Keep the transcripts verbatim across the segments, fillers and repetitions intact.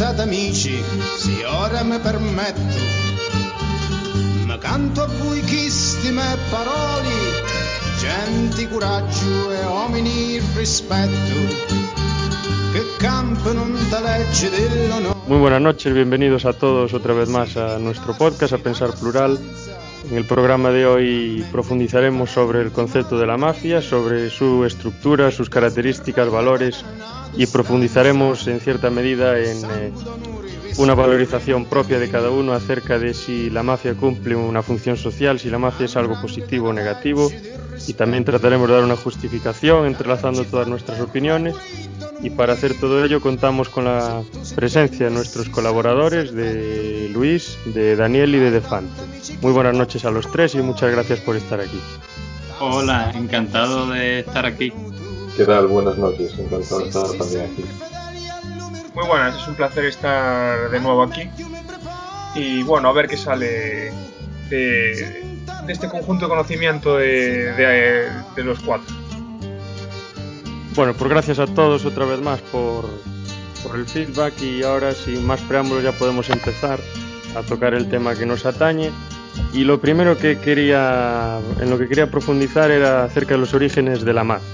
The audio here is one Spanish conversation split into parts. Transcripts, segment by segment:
pensate amici, se ora mi permetto, ma canto a voi queste me parole, gente coraggio e uomini rispetto, que campano da legge dell'onore. Muy buenas noches, bienvenidos a todos otra vez más a nuestro podcast, a Pensar Plural. En el programa de hoy profundizaremos sobre el concepto de la mafia, sobre su estructura, sus características, valores, y profundizaremos en cierta medida en eh, una valorización propia de cada uno acerca de si la mafia cumple una función social, si la mafia es algo positivo o negativo, y también trataremos de dar una justificación entrelazando todas nuestras opiniones. Y para hacer todo ello contamos con la presencia de nuestros colaboradores, de Luis, de Daniel y de Defante. Muy buenas noches a los tres y muchas gracias por estar aquí. Hola, encantado de estar aquí. ¿Qué tal? Buenas noches, encantado de estar también aquí. Muy buenas, es un placer estar de nuevo aquí. Y bueno, a ver qué sale de, de este conjunto de conocimiento de, de, de los cuatro. Bueno, pues gracias a todos otra vez más por, por el feedback, y ahora sin más preámbulos ya podemos empezar a tocar el tema que nos atañe. Y lo primero que quería, en lo que quería profundizar era acerca de los orígenes de la mafia.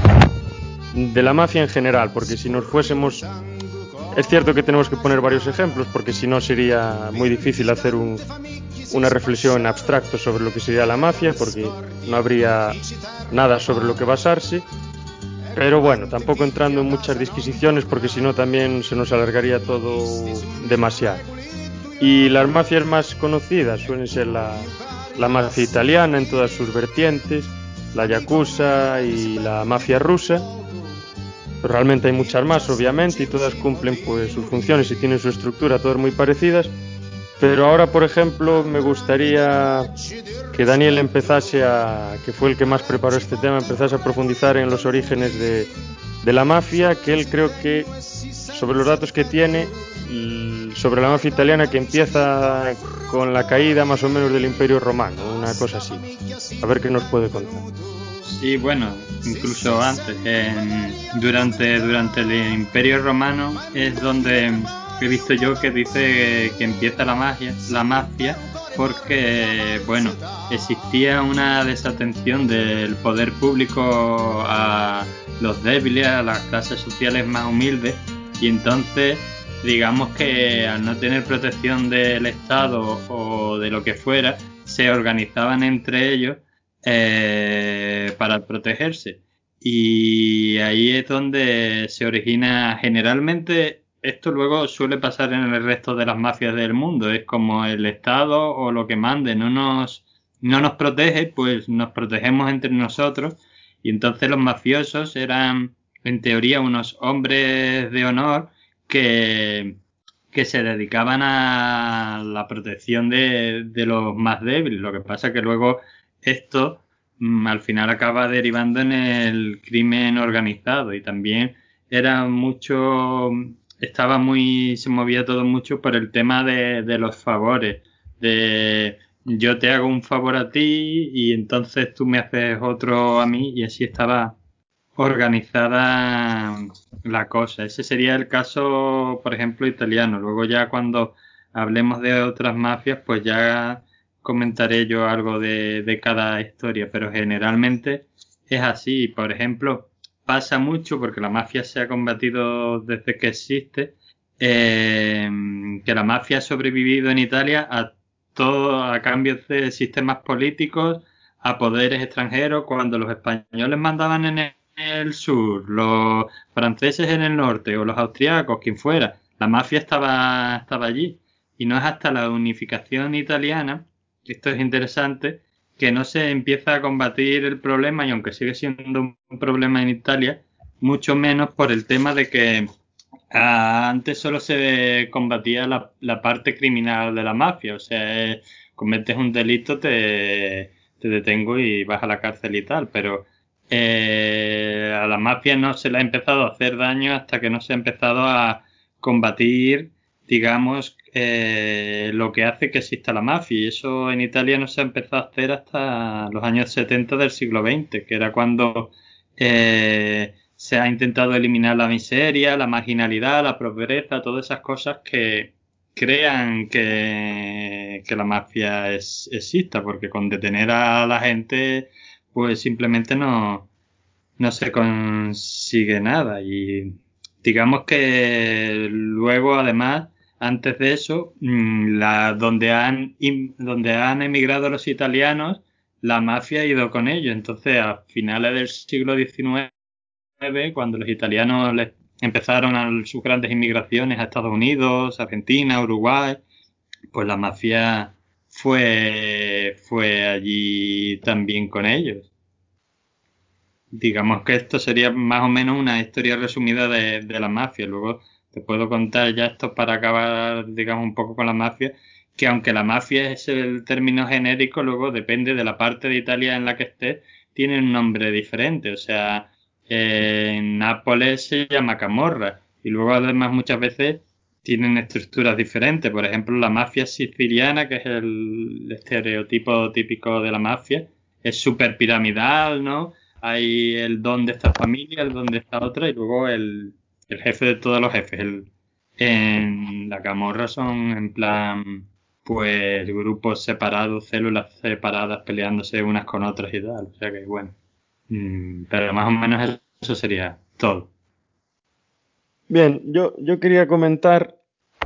De la mafia en general, porque si nos fuésemos... Es cierto que tenemos que poner varios ejemplos, porque si no sería muy difícil hacer un, una reflexión en abstracto sobre lo que sería la mafia, porque no habría nada sobre lo que basarse. Pero bueno, tampoco entrando en muchas disquisiciones, porque si no también se nos alargaría todo demasiado. Y las mafias más conocidas suelen ser la, la mafia italiana en todas sus vertientes, la yakuza y la mafia rusa. Pero realmente hay muchas más, obviamente, y todas cumplen pues sus funciones y tienen su estructura, todas muy parecidas. Pero ahora, por ejemplo, me gustaría que Daniel empezase a, que fue el que más preparó este tema, empezase a profundizar en los orígenes de, de la mafia, que él creo que, sobre los datos que tiene, sobre la mafia italiana, que empieza con la caída más o menos del Imperio Romano, una cosa así. A ver qué nos puede contar. Sí, bueno, incluso antes, eh, durante, durante el Imperio Romano es donde he visto yo que dice que empieza la magia, la mafia, porque, bueno, existía una desatención del poder público a los débiles, a las clases sociales más humildes, y entonces, digamos que al no tener protección del Estado o de lo que fuera, se organizaban entre ellos eh, para protegerse. Y ahí es donde se origina generalmente. Esto luego suele pasar en el resto de las mafias del mundo. Es como el Estado o lo que mande no nos, no nos protege, pues nos protegemos entre nosotros. Y entonces los mafiosos eran, en teoría, unos hombres de honor que, que se dedicaban a la protección de, de los más débiles. Lo que pasa es que luego esto mm, al final acaba derivando en el crimen organizado, y también era mucho... estaba muy, se movía todo mucho por el tema de, de los favores, de yo te hago un favor a ti y entonces tú me haces otro a mí, y así estaba organizada la cosa. Ese sería el caso, por ejemplo, italiano. Luego ya cuando hablemos de otras mafias, pues ya comentaré yo algo de, de cada historia, pero generalmente es así. Por ejemplo, pasa mucho, porque la mafia se ha combatido desde que existe, eh, que la mafia ha sobrevivido en Italia a todo, a cambios de sistemas políticos, a poderes extranjeros. Cuando los españoles mandaban en el, en el sur, los franceses en el norte o los austriacos, quien fuera, la mafia estaba, estaba allí. Y no es hasta la unificación italiana, esto es interesante, que no se empieza a combatir el problema, y aunque sigue siendo un problema en Italia, mucho menos por el tema de que ah, antes solo se combatía la, la parte criminal de la mafia. O sea, eh, cometes un delito, te, te detengo y vas a la cárcel y tal, pero eh, a la mafia no se le ha empezado a hacer daño hasta que no se ha empezado a combatir, digamos, eh, lo que hace que exista la mafia. Y eso en Italia no se ha empezado a hacer hasta los años setenta del siglo veinte, que era cuando eh, se ha intentado eliminar la miseria, la marginalidad, la pobreza, todas esas cosas que crean que, que la mafia es, exista, porque con detener a la gente pues simplemente no, no se consigue nada. Y digamos que luego, además, antes de eso, la, donde, han, donde han emigrado los italianos, la mafia ha ido con ellos. Entonces, a finales del siglo diecinueve, cuando los italianos les empezaron a sus grandes inmigraciones a Estados Unidos, Argentina, Uruguay, pues la mafia fue, fue allí también con ellos. Digamos que esto sería más o menos una historia resumida de, de la mafia. Luego te puedo contar ya esto para acabar, digamos, un poco con la mafia, que aunque la mafia es el término genérico, luego depende de la parte de Italia en la que esté, tiene un nombre diferente. O sea, en Nápoles se llama camorra y luego además muchas veces tienen estructuras diferentes. Por ejemplo, la mafia siciliana, que es el estereotipo típico de la mafia, es súper piramidal, ¿no? Hay el don de esta familia, el don de esta otra y luego el, el jefe de todos los jefes. El, en la camorra son en plan, pues grupos separados, células separadas peleándose unas con otras y tal. O sea que bueno. Mm, pero más o menos eso sería todo. Bien, yo, yo quería comentar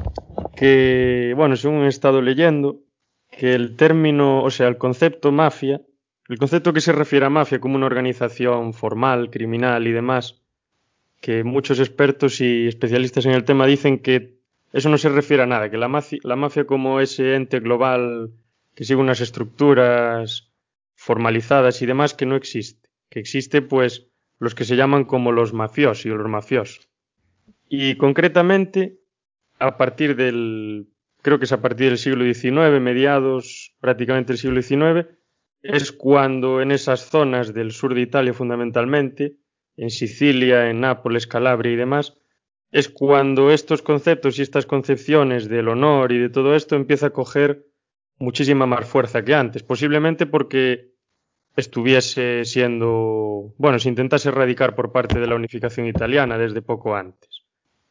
que, bueno, según he estado leyendo, que el término, o sea, el concepto mafia, el concepto que se refiere a mafia como una organización formal, criminal y demás, que muchos expertos y especialistas en el tema dicen que eso no se refiere a nada, que la mafia, la mafia como ese ente global que sigue unas estructuras formalizadas y demás, que no existe. Que existe, pues, los que se llaman como los mafiosi o los mafiosos. Y concretamente, a partir del, creo que es a partir del siglo diecinueve, mediados prácticamente del siglo diecinueve, es cuando en esas zonas del sur de Italia fundamentalmente, en Sicilia, en Nápoles, Calabria y demás, es cuando estos conceptos y estas concepciones del honor y de todo esto empieza a coger muchísima más fuerza que antes, posiblemente porque estuviese siendo, bueno, se intentase erradicar por parte de la unificación italiana desde poco antes.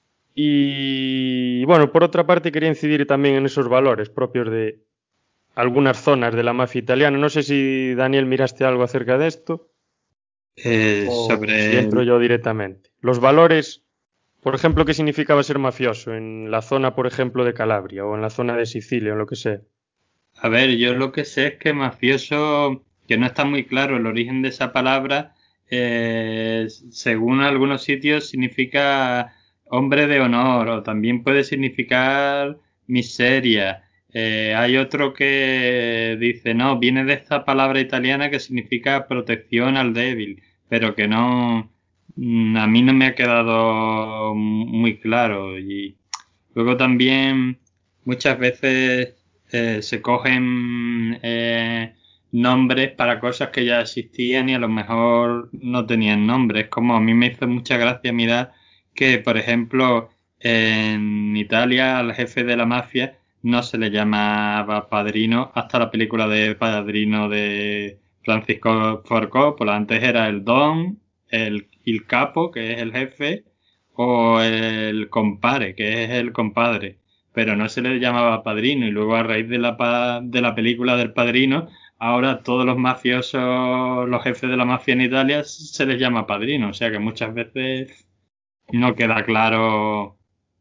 Y bueno, por otra parte quería incidir también en esos valores propios de algunas zonas de la mafia italiana. No sé si, Daniel, miraste algo acerca de esto Eh, o sobre si entro yo directamente. Los valores, por ejemplo, ¿qué significaba ser mafioso en la zona, por ejemplo, de Calabria o en la zona de Sicilia o lo que sea? A ver, yo lo que sé es que mafioso, que no está muy claro el origen de esa palabra, eh, según algunos sitios significa hombre de honor o también puede significar miseria. Eh, hay otro que dice, no, viene de esta palabra italiana que significa protección al débil, pero que no, mm, a mí no me ha quedado muy claro. Y luego también muchas veces eh, se cogen eh, nombres para cosas que ya existían y a lo mejor no tenían nombres. Como a mí me hizo mucha gracia mirar que, por ejemplo, en Italia al jefe de la mafia no se le llamaba Padrino hasta la película de Padrino de Francisco Ford Coppola. Antes era el Don, el, el Capo, que es el jefe, o el Compare, que es el compadre, pero no se le llamaba Padrino. Y luego a raíz de la, de la película del Padrino, ahora todos los mafiosos, los jefes de la mafia en Italia se les llama Padrino. O sea que muchas veces no queda claro.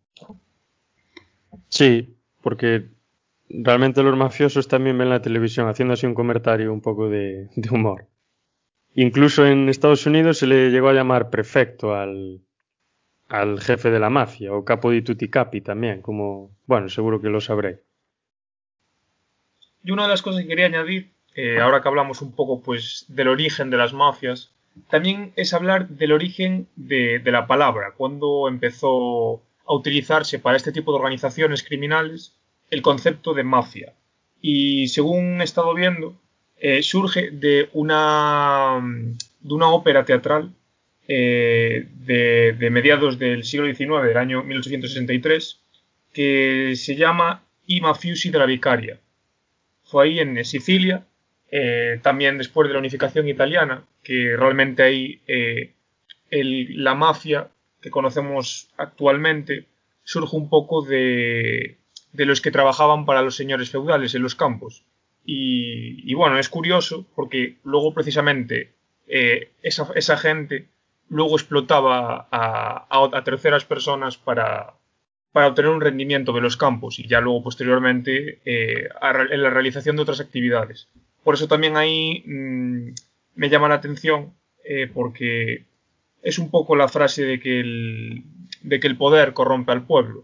Sí, porque realmente los mafiosos también ven la televisión haciendo así un comentario un poco de, de humor. Incluso en Estados Unidos se le llegó a llamar prefecto al, al jefe de la mafia, o capo di tutti capi también, como, bueno, seguro que lo sabréis. Y una de las cosas que quería añadir, eh, ahora que hablamos un poco pues del origen de las mafias, también es hablar del origen de, de la palabra, cuando empezó a utilizarse para este tipo de organizaciones criminales el concepto de mafia. Y según he estado viendo, eh, surge de una, de una ópera teatral eh, de, de mediados del siglo diecinueve, del año mil ochocientos sesenta y tres, que se llama I Mafiosi della Vicaria. Fue ahí en Sicilia, eh, también después de la unificación italiana, que realmente ahí eh, el, la mafia que conocemos actualmente surge un poco de, de los que trabajaban para los señores feudales en los campos. Y, y bueno, es curioso porque luego precisamente eh, esa, esa gente luego explotaba a, a, a terceras personas para, para obtener un rendimiento de los campos y ya luego posteriormente eh, a, en la realización de otras actividades. Por eso también ahí mmm, me llama la atención eh, porque es un poco la frase de que el, de que el poder corrompe al pueblo.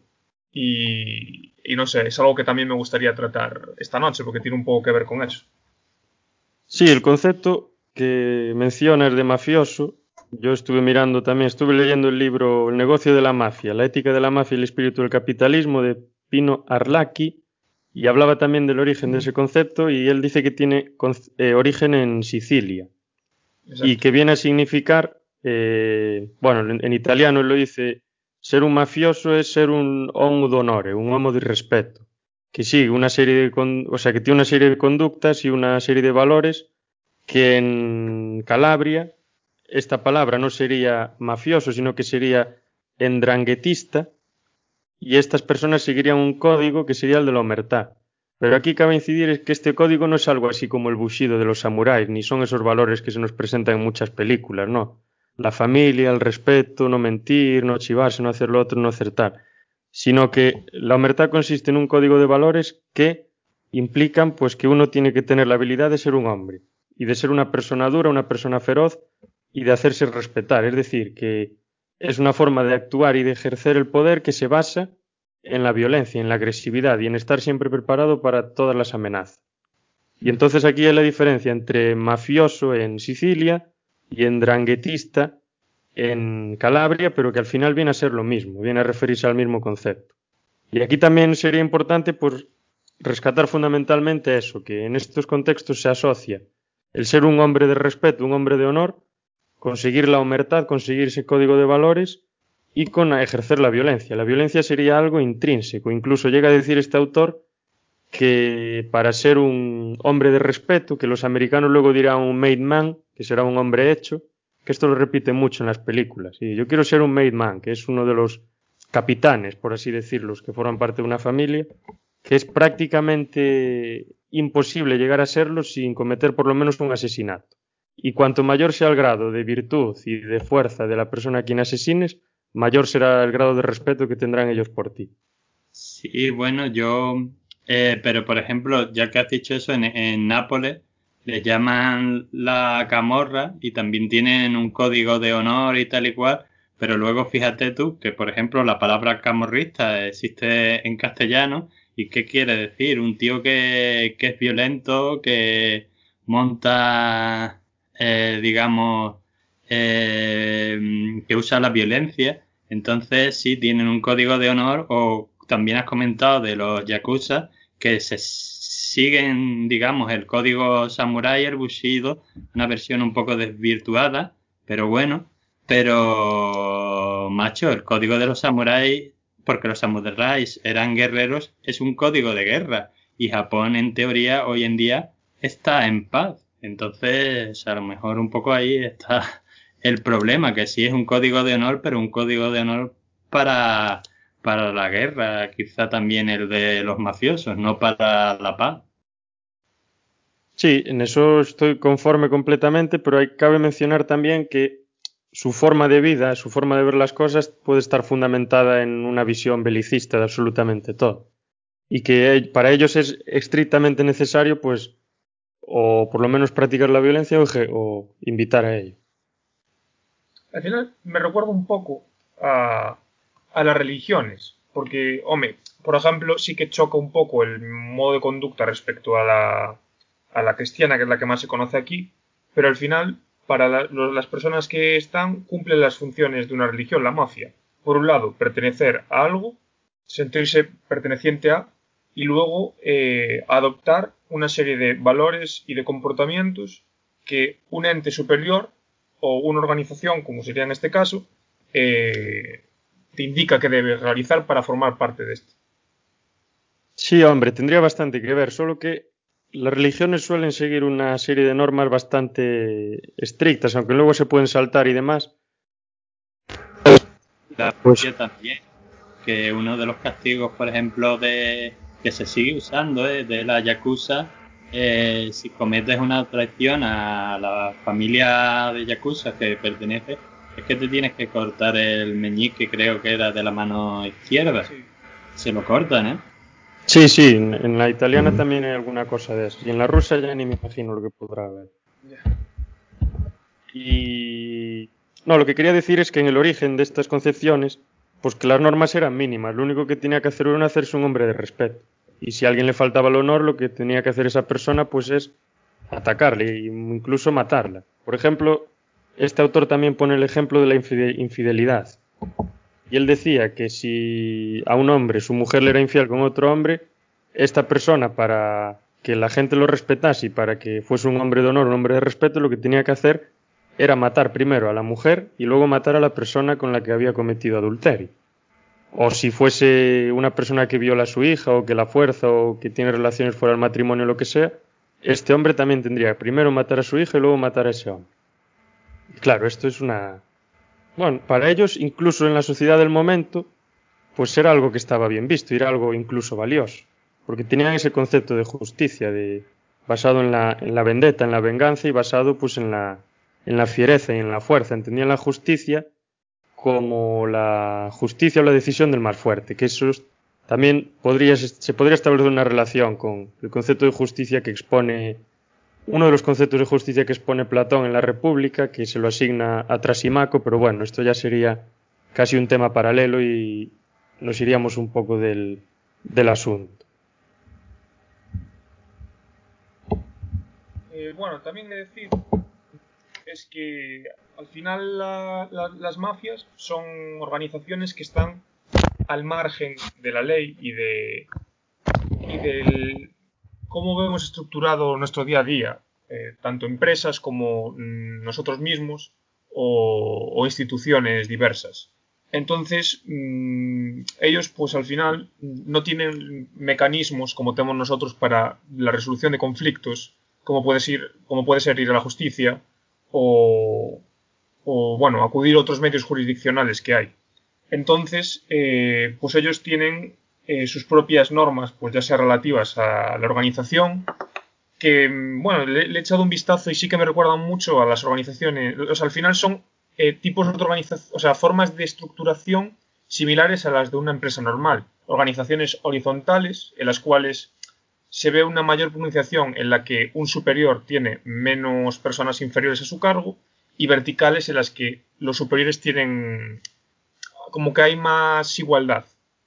Y, y no sé, es algo que también me gustaría tratar esta noche porque tiene un poco que ver con eso. Sí, el concepto que mencionas de mafioso, yo estuve mirando también, estuve leyendo el libro El negocio de la mafia, la ética de la mafia y el espíritu del capitalismo de Pino Arlacchi, y hablaba también del origen de ese concepto y él dice que tiene eh, origen en Sicilia. Exacto. Y que viene a significar, eh, bueno, en, en italiano él lo dice, ser un mafioso es ser un homo d'onore, un homo di respeto, que sigue una serie de, con, o sea, que tiene una serie de conductas y una serie de valores que en Calabria esta palabra no sería mafioso, sino que sería endranguetista, y estas personas seguirían un código que sería el de la omertá. Pero aquí cabe incidir que este código no es algo así como el bushido de los samuráis, ni son esos valores que se nos presentan en muchas películas, no. La familia, el respeto, no mentir, no chivarse, no hacer lo otro, no hacer tal. Sino que la omertá consiste en un código de valores que implican pues que uno tiene que tener la habilidad de ser un hombre y de ser una persona dura, una persona feroz y de hacerse respetar. Es decir, que es una forma de actuar y de ejercer el poder que se basa en la violencia, en la agresividad y en estar siempre preparado para todas las amenazas. Y entonces aquí hay la diferencia entre mafioso en Sicilia y endranguetista en Calabria, pero que al final viene a ser lo mismo, viene a referirse al mismo concepto. Y aquí también sería importante pues, rescatar fundamentalmente eso, que en estos contextos se asocia el ser un hombre de respeto, un hombre de honor, conseguir la omertad, conseguir ese código de valores y con ejercer la violencia. La violencia sería algo intrínseco. Incluso llega a decir este autor que para ser un hombre de respeto, que los americanos luego dirán un made man, que será un hombre hecho, que esto lo repiten mucho en las películas. Y yo quiero ser un made man, que es uno de los capitanes, por así decirlo, que forman parte de una familia, que es prácticamente imposible llegar a serlo sin cometer por lo menos un asesinato. Y cuanto mayor sea el grado de virtud y de fuerza de la persona a quien asesines, mayor será el grado de respeto que tendrán ellos por ti. Sí, bueno, yo... Eh, pero, por ejemplo, ya que has dicho eso, en, en Nápoles les llaman la camorra y también tienen un código de honor y tal y cual, pero luego fíjate tú que, por ejemplo, la palabra camorrista existe en castellano y ¿qué quiere decir? Un tío que, que es violento, que monta, eh, digamos, eh, que usa la violencia. Entonces sí tienen un código de honor, o también has comentado de los yakuza que se siguen, digamos, el código samurái, el bushido, una versión un poco desvirtuada, pero bueno, pero macho, el código de los samuráis, porque los samuráis eran guerreros, es un código de guerra y Japón en teoría hoy en día está en paz. Entonces, a lo mejor un poco ahí está el problema, que sí es un código de honor, pero un código de honor para, para la guerra, quizá también el de los mafiosos, no para la paz. Sí, en eso estoy conforme completamente, pero hay, cabe mencionar también que su forma de vida, su forma de ver las cosas puede estar fundamentada en una visión belicista de absolutamente todo. Y que para ellos es estrictamente necesario, pues, o por lo menos practicar la violencia o, o invitar a ello. Al final me recuerda un poco a, a las religiones, porque, hombre, por ejemplo, sí que choca un poco el modo de conducta respecto a la, a la cristiana, que es la que más se conoce aquí, pero al final, para la, los, las personas que están, cumplen las funciones de una religión, la mafia. Por un lado, pertenecer a algo, sentirse perteneciente a, y luego eh, adoptar una serie de valores y de comportamientos que un ente superior o una organización, como sería en este caso, eh, te indica que debes realizar para formar parte de esto. Sí, hombre, tendría bastante que ver, solo que las religiones suelen seguir una serie de normas bastante estrictas, aunque luego se pueden saltar y demás, la Pues- mafia también, que uno de los castigos, por ejemplo, de que se sigue usando eh, de la yakuza, eh, si cometes una traición a la familia de yakuza que pertenece, es que te tienes que cortar el meñique, creo que era de la mano izquierda. Sí. Se lo cortan, ¿eh? Sí, sí, en, en la italiana también hay alguna cosa de eso. Y en la rusa ya ni me imagino lo que podrá haber. Ya. Y... No, lo que quería decir es que en el origen de estas concepciones, pues que las normas eran mínimas. Lo único que tenía que hacer uno hacerse un hombre de respeto. Y si a alguien le faltaba el honor, lo que tenía que hacer esa persona, pues es atacarle e incluso matarla. Por ejemplo, este autor también pone el ejemplo de la infide- infidelidad. Y él decía que si a un hombre su mujer le era infiel con otro hombre, esta persona, para que la gente lo respetase y para que fuese un hombre de honor, un hombre de respeto, lo que tenía que hacer era matar primero a la mujer y luego matar a la persona con la que había cometido adulterio. O si fuese una persona que viola a su hija o que la fuerza o que tiene relaciones fuera del matrimonio o lo que sea, este hombre también tendría que primero matar a su hija y luego matar a ese hombre. Y claro, esto es una... Bueno, para ellos, incluso en la sociedad del momento, pues era algo que estaba bien visto, era algo incluso valioso, porque tenían ese concepto de justicia, de, basado en la, en la vendetta, en la venganza y basado pues en la, en la fiereza y en la fuerza. Entendían la justicia como la justicia o la decisión del más fuerte, que eso es, también podría, se podría establecer una relación con el concepto de justicia que expone, uno de los conceptos de justicia que expone Platón en la República, que se lo asigna a Trasimaco, pero bueno, esto ya sería casi un tema paralelo y nos iríamos un poco del, del asunto. Eh, bueno, también he de decir es que al final la- la- las mafias son organizaciones que están al margen de la ley y de y del cómo vemos estructurado nuestro día a día, eh, tanto empresas como mm, nosotros mismos o, o instituciones diversas. Entonces, mm, ellos pues al final no tienen mecanismos como tenemos nosotros para la resolución de conflictos, como puede ser, como puede ser ir a la justicia o, o bueno, acudir a otros medios jurisdiccionales que hay. Entonces, eh, pues ellos tienen eh, sus propias normas, pues ya sea relativas a la organización, que, bueno, le, le he echado un vistazo y sí que me recuerdan mucho a las organizaciones. O sea, al final son eh, tipos de organización, o sea, formas de estructuración similares a las de una empresa normal. Organizaciones horizontales, en las cuales se ve una mayor pronunciación en la que un superior tiene menos personas inferiores a su cargo, y verticales en las que los superiores tienen como que hay más igualdad.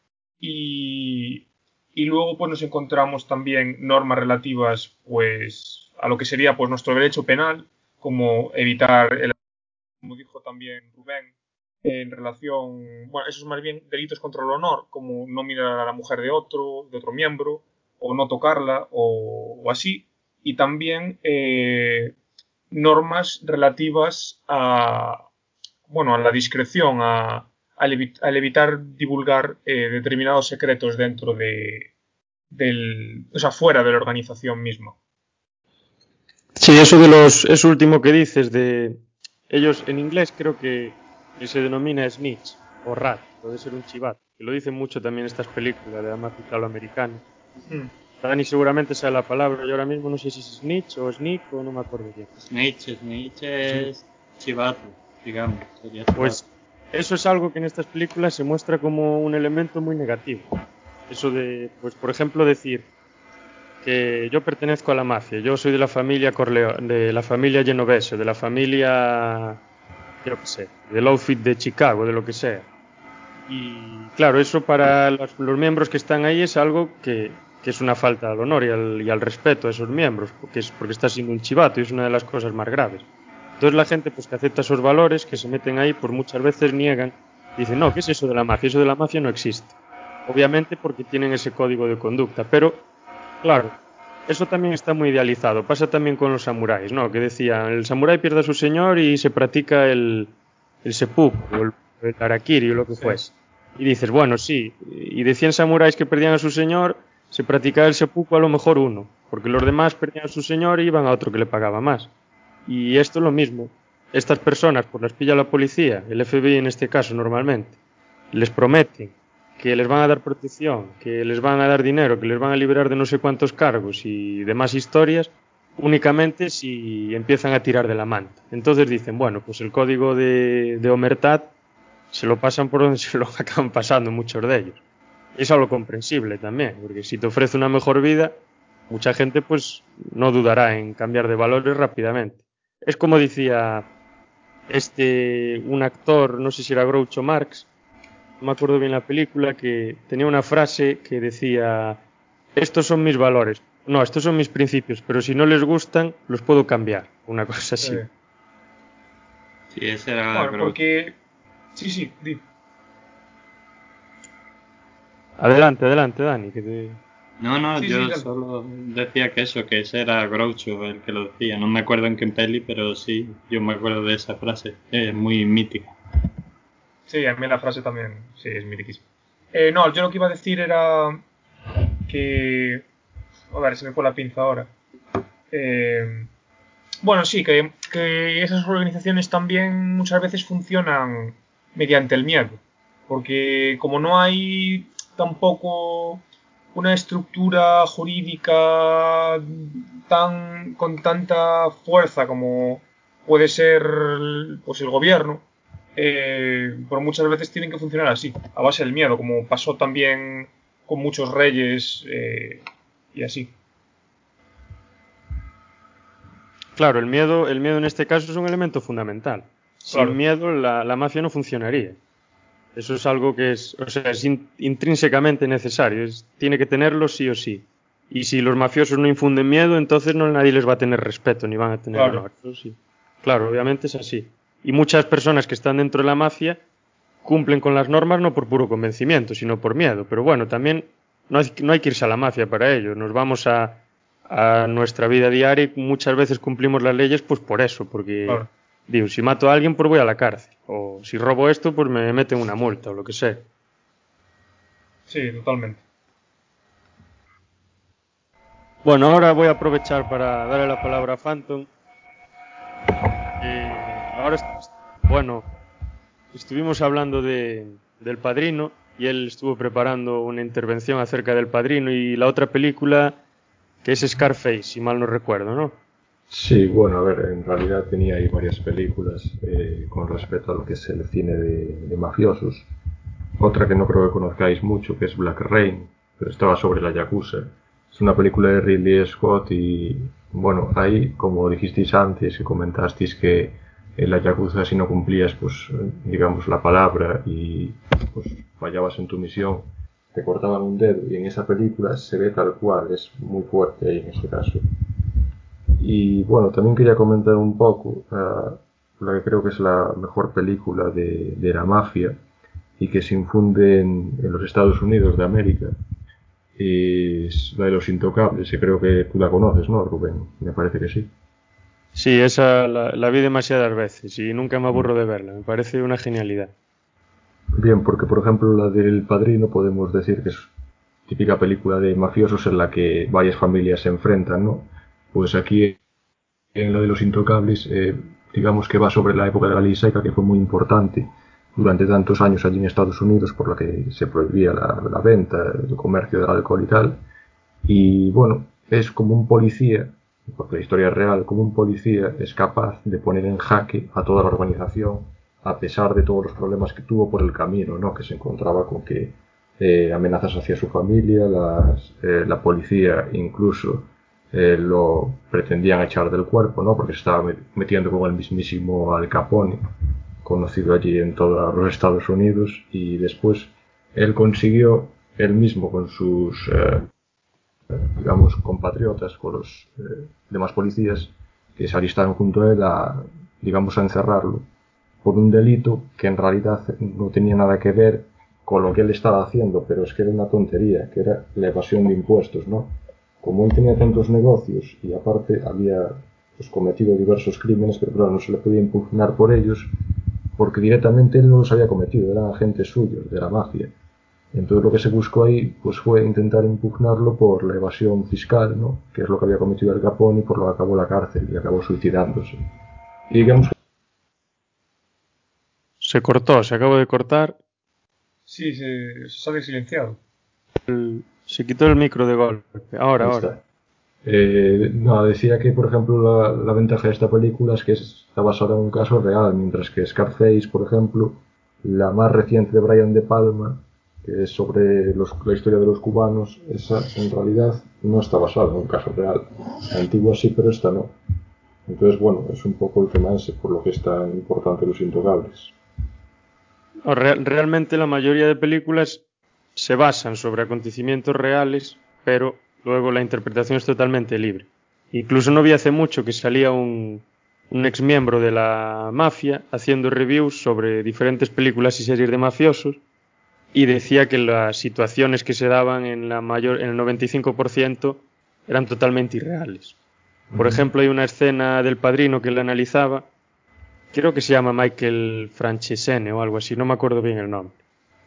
Y, y luego pues nos encontramos también normas relativas pues a lo que sería pues nuestro derecho penal, como evitar el, como dijo también Rubén, en relación, bueno, eso es más bien delitos contra el honor, como no mirar a la mujer de otro, de otro miembro, o no tocarla, o, o así. Y también eh, normas relativas a, bueno, a la discreción, a, al, evi al, evitar divulgar eh, determinados secretos dentro de, del, o sea, fuera de la organización misma. Sí, eso de los, eso último que dices de ellos en inglés creo que, que se denomina snitch o rat, puede ser un chivato, que lo dicen mucho también estas películas de la mafia italoamericana. Mm. Dani seguramente sabe la palabra, yo ahora mismo no sé si es snitch o sneak o no me acuerdo bien. Snitch, Snitch es chivato, digamos. Sería chivato. Pues eso es algo que en estas películas se muestra como un elemento muy negativo. Eso de, pues por ejemplo, decir que yo pertenezco a la mafia, yo soy de la familia Corleone, de la familia Genovese, de la familia, yo qué sé, del outfit de Chicago, de lo que sea. Y claro, eso para los, los miembros que están ahí es algo que, que es una falta al honor y al, y al respeto a esos miembros, porque, es, porque está siendo un chivato y es una de las cosas más graves. Entonces la gente pues que acepta esos valores, que se meten ahí, pues muchas veces niegan, dicen, no, ¿qué es eso de la mafia? Eso de la mafia no existe. Obviamente porque tienen ese código de conducta, pero claro, eso también está muy idealizado. Pasa también con los samuráis, ¿no? Que decían, el samurái pierde a su señor y se practica el, el seppuku o el, el harakiri o lo que Sí. fuese. Y dices, bueno, sí, y de cien samuráis que perdían a su señor, se practicaba el seppuku a lo mejor uno, porque los demás perdían a su señor y iban a otro que le pagaba más. Y esto es lo mismo. Estas personas, pues las pilla la policía, el F B I en este caso normalmente, les prometen que les van a dar protección, que les van a dar dinero, que les van a liberar de no sé cuántos cargos y demás historias, únicamente si empiezan a tirar de la manta. Entonces dicen, bueno, pues el código de, de Omertad se lo pasan por donde se lo acaban pasando muchos de ellos. Es algo comprensible también, porque si te ofrece una mejor vida, mucha gente pues no dudará en cambiar de valores rápidamente. Es como decía este un actor, no sé si era Groucho Marx, no me acuerdo bien la película, que tenía una frase que decía: estos son mis valores, no, estos son mis principios, pero si no les gustan, los puedo cambiar. Una cosa así. Eh, Sí, ese era bueno, Groucho. porque... Sí, sí, di. Adelante, adelante, Dani. Que te... No, no, Sí, yo sí, dale. solo decía que eso, que ese era Groucho el que lo decía. No me acuerdo en qué peli, pero sí, yo me acuerdo de esa frase. Es muy mítica. Sí, a mí la frase también, sí, es mitiquísima. Eh, no, yo lo que iba a decir era que... A ver, se me fue la pinza ahora. Eh, bueno, sí, que, que esas organizaciones también muchas veces funcionan mediante el miedo. Porque como no hay tampoco una estructura jurídica tan con tanta fuerza como puede ser pues el gobierno, eh, por muchas veces tienen que funcionar así, a base del miedo, como pasó también con muchos reyes eh, y así. Claro, el miedo, el miedo en este caso es un elemento fundamental. Sin Claro, miedo la, la mafia no funcionaría. Eso es algo que es, o sea, es in, intrínsecamente necesario. Es, tiene que tenerlo sí o sí. Y si los mafiosos no infunden miedo, entonces no nadie les va a tener respeto ni van a tener claro, honor. Eso sí. Claro, obviamente es así. Y muchas personas que están dentro de la mafia cumplen con las normas no por puro convencimiento, sino por miedo. Pero bueno, también no hay, no hay que irse a la mafia para ello. Nos vamos a, a nuestra vida diaria y muchas veces cumplimos las leyes pues por eso, porque claro. digo, si mato a alguien pues voy a la cárcel, o si robo esto pues me meten una multa o lo que sea. Sí, totalmente. Bueno, ahora voy a aprovechar para darle la palabra a Phantom. Eh, ahora, bueno, estuvimos hablando de, del Padrino y él estuvo preparando una intervención acerca del Padrino y la otra película que es Scarface, si mal no recuerdo, ¿no? Sí, bueno, a ver, en realidad tenía ahí varias películas eh, con respecto a lo que es el cine de, de mafiosos. Otra que no creo que conozcáis mucho, que es Black Rain, pero estaba sobre la Yakuza. Es una película de Ridley Scott y, bueno, ahí, como dijisteis antes, que comentasteis que en la Yakuza si no cumplías, pues, digamos, la palabra y pues fallabas en tu misión, te cortaban un dedo y en esa película se ve tal cual, es muy fuerte ahí en este caso. Y bueno, también quería comentar un poco uh, la que creo que es la mejor película de, de la mafia y que se infunde en, en los Estados Unidos de América. Es la de Los Intocables, que creo que tú la conoces, ¿no, Rubén? Me parece que sí. Sí, esa la, la vi demasiadas veces y nunca me Mm. aburro de verla, me parece una genialidad. Bien, porque por ejemplo la del Padrino podemos decir que es típica película de mafiosos en la que varias familias se enfrentan, ¿no? Pues aquí en la de Los Intocables, eh, digamos que va sobre la época de la ley seca, que fue muy importante durante tantos años allí en Estados Unidos, por la que se prohibía la, la venta, el comercio del alcohol y tal. Y bueno, es como un policía, porque la historia es real, como un policía es capaz de poner en jaque a toda la organización, a pesar de todos los problemas que tuvo por el camino, ¿no? Que se encontraba con que eh, amenazas hacia su familia, las, eh, la policía incluso eh, lo pretendían echar del cuerpo, ¿no? Porque se estaba metiendo con el mismísimo Al Capone, conocido allí en todos los Estados Unidos, y después él consiguió, él mismo con sus, eh, digamos, compatriotas, con los eh, demás policías que se alistaron junto a él a, digamos, a encerrarlo por un delito que en realidad no tenía nada que ver con lo que él estaba haciendo, pero es que era una tontería, que era la evasión de impuestos, ¿no? Como él tenía tantos negocios y aparte había pues, cometido diversos crímenes, pero claro, no se le podía impugnar por ellos, porque directamente él no los había cometido, eran agentes suyos, de la mafia. Entonces lo que se buscó ahí pues fue intentar impugnarlo por la evasión fiscal, ¿no? Que es lo que había cometido Al Capone y por lo que acabó la cárcel y acabó suicidándose. Y digamos Se cortó, se acabó de cortar. Sí, se, se sale silenciado. El- se quitó el micro de golpe. Ahora, Ahí ahora. está. Eh, no, decía que, por ejemplo, la, la ventaja de esta película es que está basada en un caso real, mientras que Scarface, por ejemplo, la más reciente de Brian De Palma, que es sobre los- la historia de los cubanos, esa en realidad no está basada en un caso real. La antigua sí, pero esta no. Entonces, bueno, es un poco el tema ese, por lo que es tan importante Los Intocables. No, re- realmente la mayoría de películas se basan sobre acontecimientos reales, pero luego la interpretación es totalmente libre. Incluso no vi hace mucho que salía un, un ex miembro de la mafia haciendo reviews sobre diferentes películas y series de mafiosos y decía que las situaciones que se daban en la mayor, en el noventa y cinco por ciento eran totalmente irreales. Por ejemplo, hay una escena del Padrino que él analizaba, creo que se llama Michael Franchesene o algo así, no me acuerdo bien el nombre.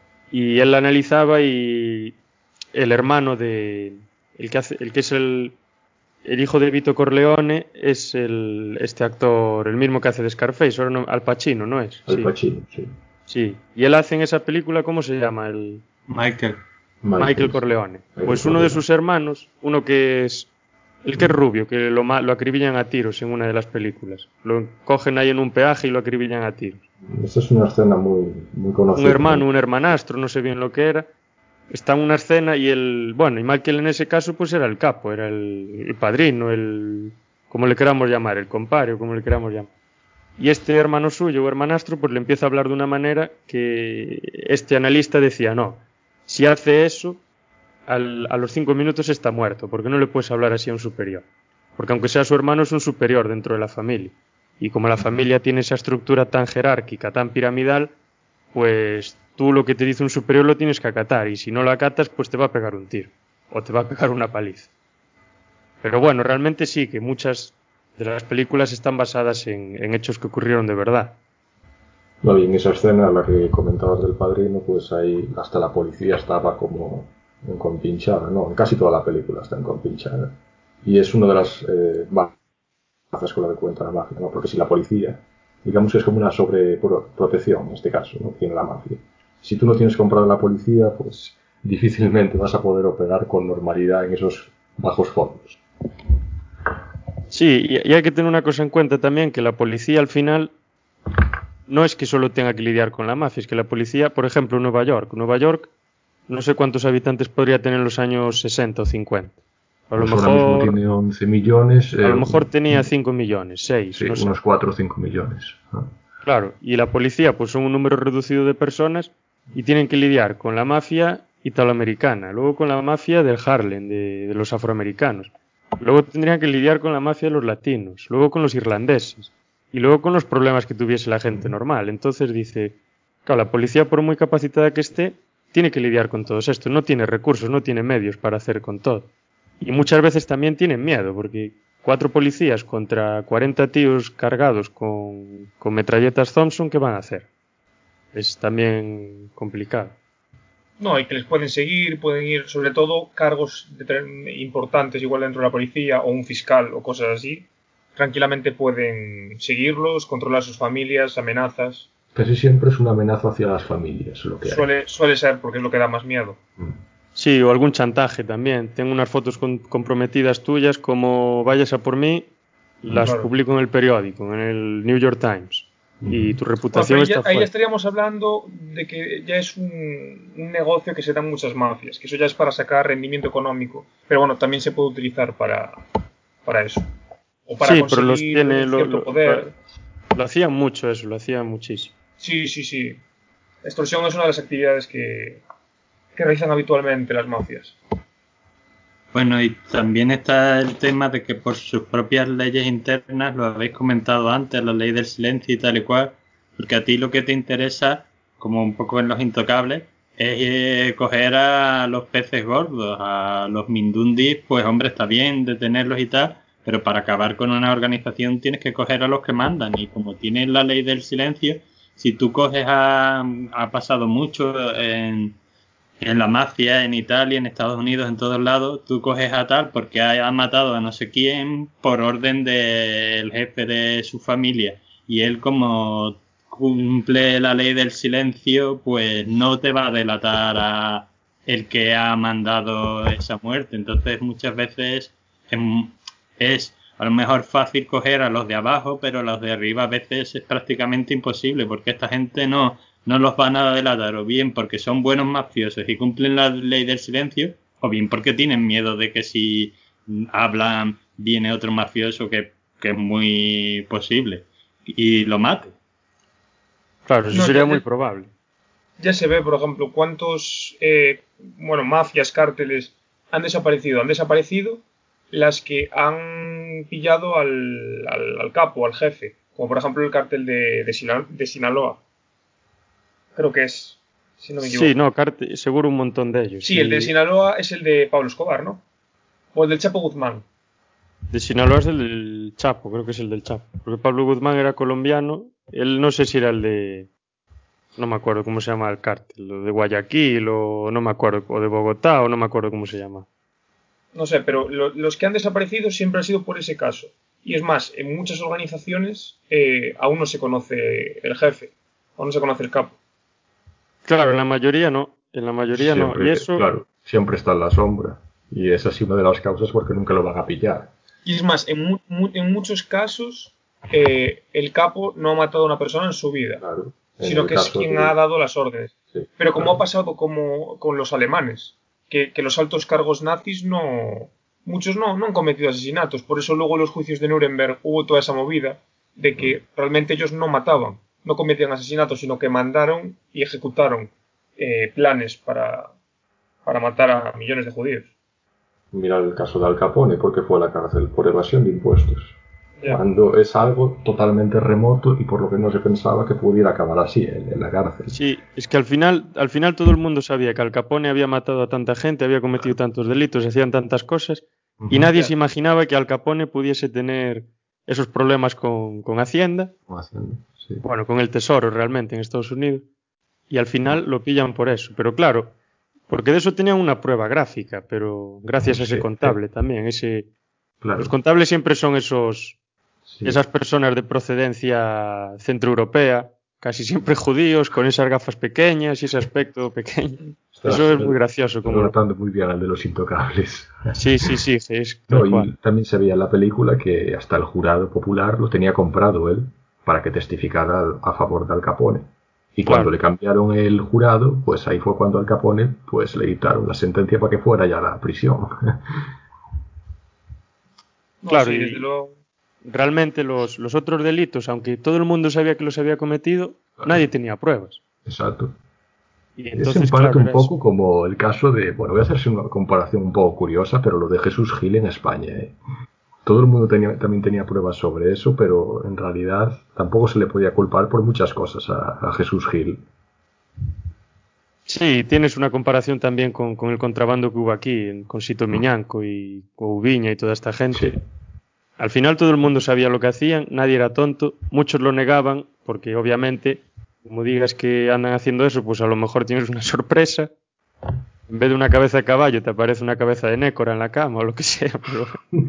Y él la analizaba y el hermano de el que hace, el que es el, el hijo de Vito Corleone es el este actor, el mismo que hace de Scarface, ahora no, Al Pacino, ¿no es? Al Sí. Pacino, sí. Sí. Y él hace en esa película, ¿cómo se llama? El Michael. Michael, Michael Corleone. Michael pues uno Corleone. De sus hermanos, uno que es el que es rubio, que lo, lo acribillan a tiros en una de las películas. Lo cogen ahí en un peaje y lo acribillan a tiros. Esta es una escena muy, muy conocida. Un hermano, un hermanastro, no sé bien lo que era. Está en una escena y el... Bueno, y Michael en ese caso pues era el capo, era el, el padrino, el... como le queramos llamar, el compadre, como le queramos llamar. Y este hermano suyo o hermanastro pues le empieza a hablar de una manera que este analista decía, no, si hace eso, al, a los cinco minutos está muerto, porque no le puedes hablar así a un superior. Porque aunque sea su hermano es un superior dentro de la familia. Y como la familia tiene esa estructura tan jerárquica, tan piramidal, pues tú lo que te dice un superior lo tienes que acatar. Y si no lo acatas, pues te va a pegar un tiro. O te va a pegar una paliza. Pero bueno, realmente sí, que muchas de las películas están basadas en, en hechos que ocurrieron de verdad. No, y en esa escena, la que comentabas del Padrino, pues ahí hasta la policía estaba como encompinchada, ¿no? En casi toda la película está encompinchada. Y es una de las eh, bazas con la que cuenta la mafia, ¿no? Porque si la policía, digamos que es como una sobreprotección en este caso, ¿no? Tiene la mafia. Si tú no tienes comprado la policía, pues difícilmente vas a poder operar con normalidad en esos bajos fondos. Sí, y hay que tener una cosa en cuenta también, que la policía al final no es que solo tenga que lidiar con la mafia, es que la policía, por ejemplo, en Nueva York, Nueva York, no sé cuántos habitantes podría tener en los años sesenta o cincuenta. A lo pues mejor ahora mismo tiene once millones. A eh, lo mejor tenía cinco millones, seis, sí, no sé. unos cuatro o cinco millones. ¿No? Claro, y la policía pues son un número reducido de personas y tienen que lidiar con la mafia italoamericana, luego con la mafia del Harlem, de, de los afroamericanos. Luego tendrían que lidiar con la mafia de los latinos, luego con los irlandeses y luego con los problemas que tuviese la gente normal. Entonces dice, claro, la policía por muy capacitada que esté, tiene que lidiar con todo esto, no tiene recursos, no tiene medios para hacer con todo. Y muchas veces también tienen miedo, porque cuatro policías contra cuarenta tíos cargados con, con metralletas Thompson, ¿qué van a hacer? Es también complicado. No, y que les pueden seguir, pueden ir, sobre todo, cargos de, importantes, igual dentro de la policía, o un fiscal, o cosas así. Tranquilamente pueden seguirlos, controlar sus familias, amenazas. Casi siempre es una amenaza hacia las familias, lo que suele, hay. Suele ser, porque es lo que da más miedo. Mm. Sí, o algún chantaje también. Tengo unas fotos con, comprometidas tuyas, como vayas a por mí, las claro. publico en el periódico, en el New York Times. Y tu reputación bueno, está ya, fuera. Ahí ya estaríamos hablando de que ya es un, un negocio que se dan muchas mafias, que eso ya es para sacar rendimiento económico. Pero bueno, también se puede utilizar para, para eso. O para sí, conseguir pero los tiene, cierto lo, lo, poder. Lo, lo hacían mucho eso, lo hacían muchísimo. Sí, sí, sí. La extorsión es una de las actividades que, que realizan habitualmente las mafias. Bueno, y también está el tema de que por sus propias leyes internas, lo habéis comentado antes, la ley del silencio y tal y cual, porque a ti lo que te interesa, como un poco en Los Intocables, es eh, coger a los peces gordos, a los mindundis, pues hombre, está bien detenerlos y tal, pero para acabar con una organización tienes que coger a los que mandan, y como tienes la ley del silencio, si tú coges a... ha pasado mucho en... en la mafia, en Italia, en Estados Unidos, en todos lados, tú coges a tal porque ha, ha matado a no sé quién por orden del jefe de su familia. Y él como cumple la ley del silencio, pues no te va a delatar a el que ha mandado esa muerte. Entonces muchas veces es, es a lo mejor fácil coger a los de abajo, pero a los de arriba a veces es prácticamente imposible, porque esta gente no, no los van a delatar, o bien porque son buenos mafiosos y cumplen la ley del silencio, o bien porque tienen miedo de que si hablan viene otro mafioso que, que es muy posible y lo mate. Claro, eso No, sería ya, muy ya, probable. ya se ve, por ejemplo, cuántos, eh, bueno, mafias, cárteles han desaparecido. Han desaparecido las que han pillado al, al, al capo, al jefe. Como por ejemplo el cártel de, de, Sinal- de Sinaloa. Creo que es, si no me Sí, equivoco. no, Carte- seguro un montón de ellos. Sí, el de Y Sinaloa es el de Pablo Escobar, ¿no? O el del Chapo Guzmán. de Sinaloa es el del Chapo, creo que es el del Chapo. Porque Pablo Guzmán era colombiano, él no sé si era el de... No me acuerdo cómo se llama el cártel, lo de Guayaquil o no me acuerdo, o de Bogotá o no me acuerdo cómo se llama. No sé, pero lo- los que han desaparecido siempre han sido por ese caso. Y es más, en muchas organizaciones eh, aún no se conoce el jefe, aún no se conoce el capo. Claro, en la mayoría no, en la mayoría no. Y Siempre, eso, claro, siempre está en la sombra. Y esa es una de las causas porque nunca lo van a pillar. Y es más, en, mu- mu- en muchos casos eh, el capo no ha matado a una persona en su vida, Claro. En sino el que es caso quien de... ha dado las órdenes. Sí, Pero como claro. ha pasado como con los alemanes, que, que los altos cargos nazis no... Muchos no, no han cometido asesinatos, por eso luego en los juicios de Nuremberg hubo toda esa movida de que realmente ellos no mataban, no cometían asesinatos, sino que mandaron y ejecutaron eh, planes para, para matar a millones de judíos. Mira el caso de Al Capone, porque fue a la cárcel por evasión de impuestos. Ya. Cuando es algo totalmente remoto y por lo que no se pensaba que pudiera acabar así, en, en la cárcel. sí, es que al final, al final todo el mundo sabía que Al Capone había matado a tanta gente, había cometido tantos delitos, hacían tantas cosas, y Ujú. nadie Ya. se imaginaba que Al Capone pudiese tener esos problemas con, con Hacienda, Como haciendo, sí. bueno, con el Tesoro realmente en Estados Unidos, y al final lo pillan por eso. Pero claro, porque de eso tenían una prueba gráfica, pero gracias a ese Sí, contable sí, también, ese... claro. Los contables siempre son esos, Sí. esas personas de procedencia centroeuropea, casi siempre judíos, con esas gafas pequeñas y ese aspecto pequeño. Estás, Eso es muy gracioso. estás Como lo... relatando muy bien al de los intocables. Sí, sí, sí, es No, tal cual. y también se veía en la película que hasta el jurado popular lo tenía comprado él para que testificara a favor de Al Capone. Y cuando Claro, le cambiaron el jurado, pues ahí fue cuando Al Capone pues le dictaron la sentencia para que fuera ya a la prisión. No, claro, sí, desde y luego. realmente los, los otros delitos, aunque todo el mundo sabía que los había cometido, nadie Claro, tenía pruebas. exacto. Y Es en entonces, parte claro, un era eso. poco como el caso de, bueno, voy a hacerse una comparación un poco curiosa, pero lo de Jesús Gil en España. ¿eh? Todo el mundo tenía, también tenía pruebas sobre eso, pero en realidad tampoco se le podía culpar por muchas cosas a, a Jesús Gil. Sí, tienes una comparación también con, con el contrabando que hubo aquí, en- con Sito Miñanco y con Ubiña y toda esta gente. Sí, Al final todo el mundo sabía lo que hacían, nadie era tonto, muchos lo negaban, porque obviamente, como digas que andan haciendo eso, pues a lo mejor tienes una sorpresa. En vez de una cabeza de caballo te aparece una cabeza de nécora en la cama o lo que sea. Pero,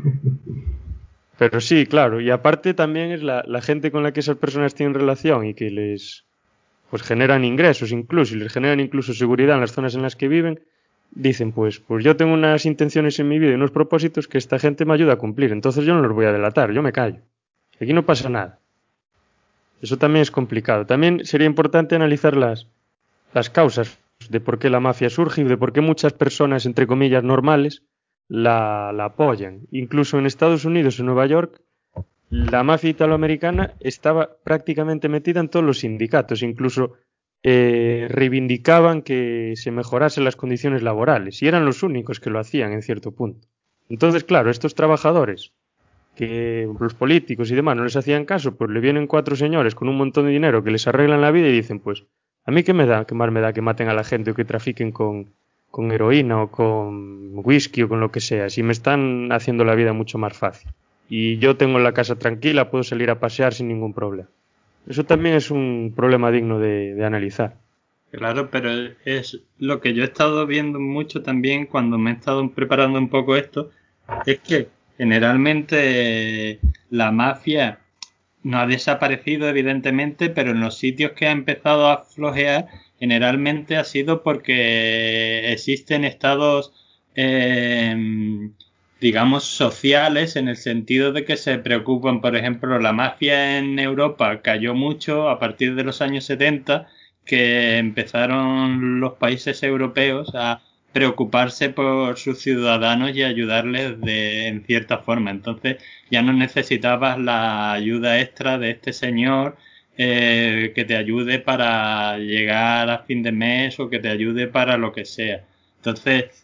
pero sí, claro. Y aparte también es la, la gente con la que esas personas tienen relación y que les pues generan ingresos incluso y les generan incluso seguridad en las zonas en las que viven. Dicen, pues, pues yo tengo unas intenciones en mi vida y unos propósitos que esta gente me ayuda a cumplir. Entonces yo no los voy a delatar, yo me callo. Aquí no pasa nada. Eso también es complicado. También sería importante analizar las, las causas de por qué la mafia surge y de por qué muchas personas, entre comillas, normales, la, la apoyan. Incluso en Estados Unidos, en Nueva York, la mafia italoamericana estaba prácticamente metida en todos los sindicatos. Incluso eh, reivindicaban que se mejorasen las condiciones laborales y eran los únicos que lo hacían en cierto punto. Entonces, claro, estos trabajadores que los políticos y demás no les hacían caso, pues le vienen cuatro señores con un montón de dinero que les arreglan la vida y dicen, pues, ¿a mí qué me da? ¿Qué más me da que maten a la gente o que trafiquen con, con heroína o con whisky o con lo que sea? Si me están haciendo la vida mucho más fácil. Y yo tengo la casa tranquila, puedo salir a pasear sin ningún problema. Eso también es un problema digno de, de analizar. Claro, pero es lo que yo he estado viendo mucho también cuando me he estado preparando un poco esto, es que generalmente la mafia no ha desaparecido evidentemente, pero en los sitios que ha empezado a flojear generalmente ha sido porque existen estados, eh, digamos, sociales, en el sentido de que se preocupan. Por ejemplo, la mafia en Europa cayó mucho a partir de los años setenta, que empezaron los países europeos a preocuparse por sus ciudadanos y ayudarles de, en cierta forma. Entonces ya no necesitabas la ayuda extra de este señor eh, que te ayude para llegar a fin de mes o que te ayude para lo que sea. Entonces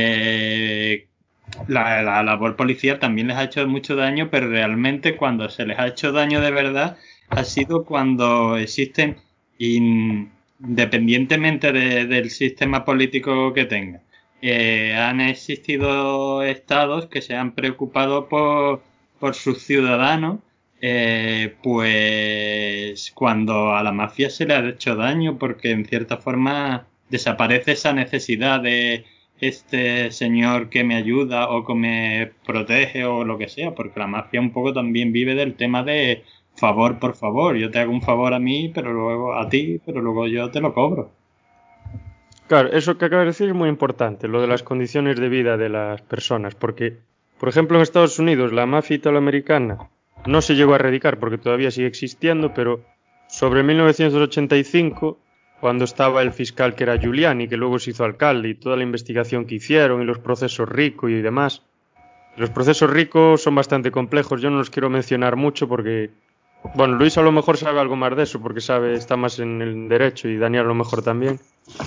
eh, la, la labor policial también les ha hecho mucho daño, pero realmente cuando se les ha hecho daño de verdad ha sido cuando existen, independientemente de, del sistema político que tenga, eh, han existido estados que se han preocupado por, por sus ciudadanos, eh, pues cuando a la mafia se le ha hecho daño, porque en cierta forma desaparece esa necesidad de este señor que me ayuda o que me protege o lo que sea, porque la mafia un poco también vive del tema de favor por favor. Yo te hago un favor a mí, pero luego a ti, pero luego yo te lo cobro. Claro, eso que acabas de decir es muy importante, lo de las condiciones de vida de las personas, porque, por ejemplo, en Estados Unidos la mafia italoamericana no se llegó a erradicar porque todavía sigue existiendo, pero sobre mil novecientos ochenta y cinco, cuando estaba el fiscal que era Giuliani, que luego se hizo alcalde, y toda la investigación que hicieron y los procesos Rico y demás, los procesos Rico son bastante complejos, yo no los quiero mencionar mucho porque, bueno, Luis a lo mejor sabe algo más de eso porque sabe, está más en el derecho, y Daniel a lo mejor también.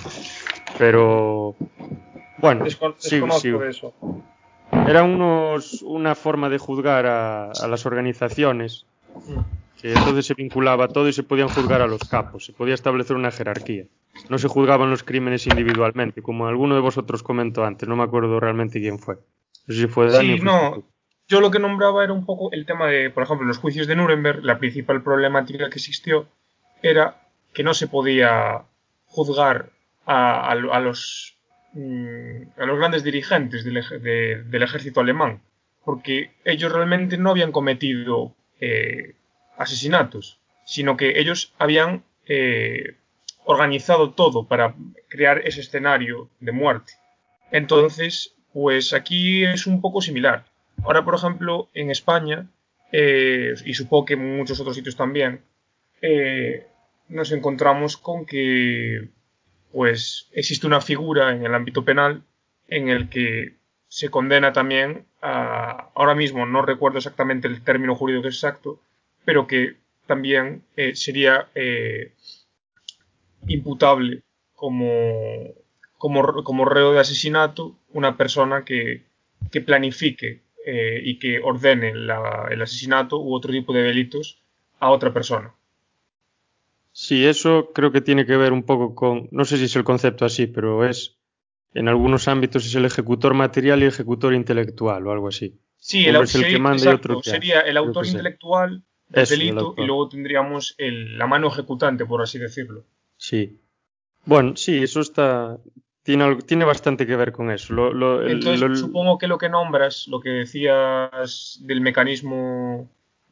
Pero bueno, Descon sí, desconozco sí. de eso. Era unos, una forma de juzgar a, a las organizaciones, que entonces se vinculaba todo y se podían juzgar a los capos, se podía establecer una jerarquía. No se juzgaban los crímenes individualmente, como alguno de vosotros comentó antes, no me acuerdo realmente quién fue. No sé si fue Dani o Sí, fuiste no. tú. Yo lo que nombraba era un poco el tema de, por ejemplo, los juicios de Nuremberg, la principal problemática que existió era que no se podía juzgar a, a, a los, mm, a los grandes dirigentes del, de, del ejército alemán, porque ellos realmente no habían cometido eh, asesinatos, sino que ellos habían eh, organizado todo para crear ese escenario de muerte. Entonces, pues aquí es un poco similar. Ahora, por ejemplo, en España, eh, y supongo que en muchos otros sitios también, eh, nos encontramos con que pues existe una figura en el ámbito penal en el que se condena también a, ahora mismo no recuerdo exactamente el término jurídico exacto, pero que también eh, sería eh, imputable como, como, como reo de asesinato una persona que, que planifique eh, y que ordene la, el asesinato u otro tipo de delitos a otra persona. Sí, eso creo que tiene que ver un poco con, no sé si es el concepto así, pero es, en algunos ámbitos es el ejecutor material y el ejecutor intelectual o algo así. Sí, Uno el, es el que sería, manda y otro exacto, el que hace. sería el Creo que autor es él. intelectual del Eso, el delito y autor. luego tendríamos el, la mano ejecutante, por así decirlo. Sí. Bueno, sí, eso está, tiene, algo- tiene bastante que ver con eso. Lo, lo- el- Entonces, lo- supongo que lo que nombras, lo que decías del mecanismo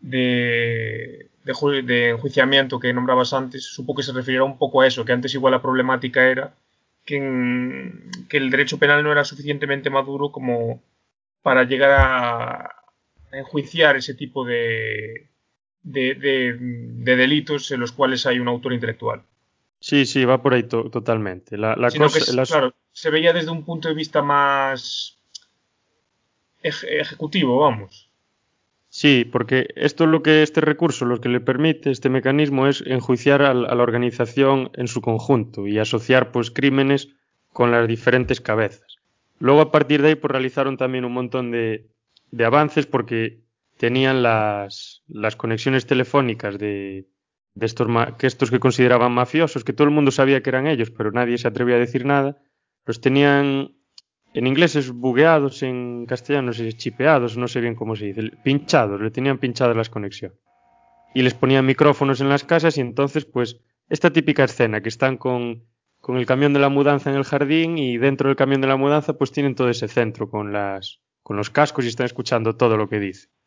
de, de, ju- de enjuiciamiento que nombrabas antes, supongo que se referirá un poco a eso, que antes igual la problemática era que, en- que el derecho penal no era suficientemente maduro como para llegar a, a enjuiciar ese tipo de, de, de- de delitos en los cuales hay un autor intelectual. sí, sí, va por ahí to- totalmente. La, la Sino que, cosa, es- las, claro, se veía desde un punto de vista más ej- ejecutivo, vamos. sí, porque esto es lo que este recurso, lo que le permite, este mecanismo, es enjuiciar al- a la organización en su conjunto y asociar pues crímenes con las diferentes cabezas. Luego a partir de ahí pues realizaron también un montón de, de avances porque tenían las, las conexiones telefónicas de, de estos, ma- que estos que consideraban mafiosos, que todo el mundo sabía que eran ellos, pero nadie se atrevía a decir nada, los tenían en inglés es bugueados, en castellano es chipeados, no sé bien cómo se dice, pinchados, le tenían pinchadas las conexiones. Y les ponían micrófonos en las casas y entonces, pues, esta típica escena que están con, con el camión de la mudanza en el jardín y dentro del camión de la mudanza, pues tienen todo ese centro con, las, con los cascos y están escuchando todo lo que dice.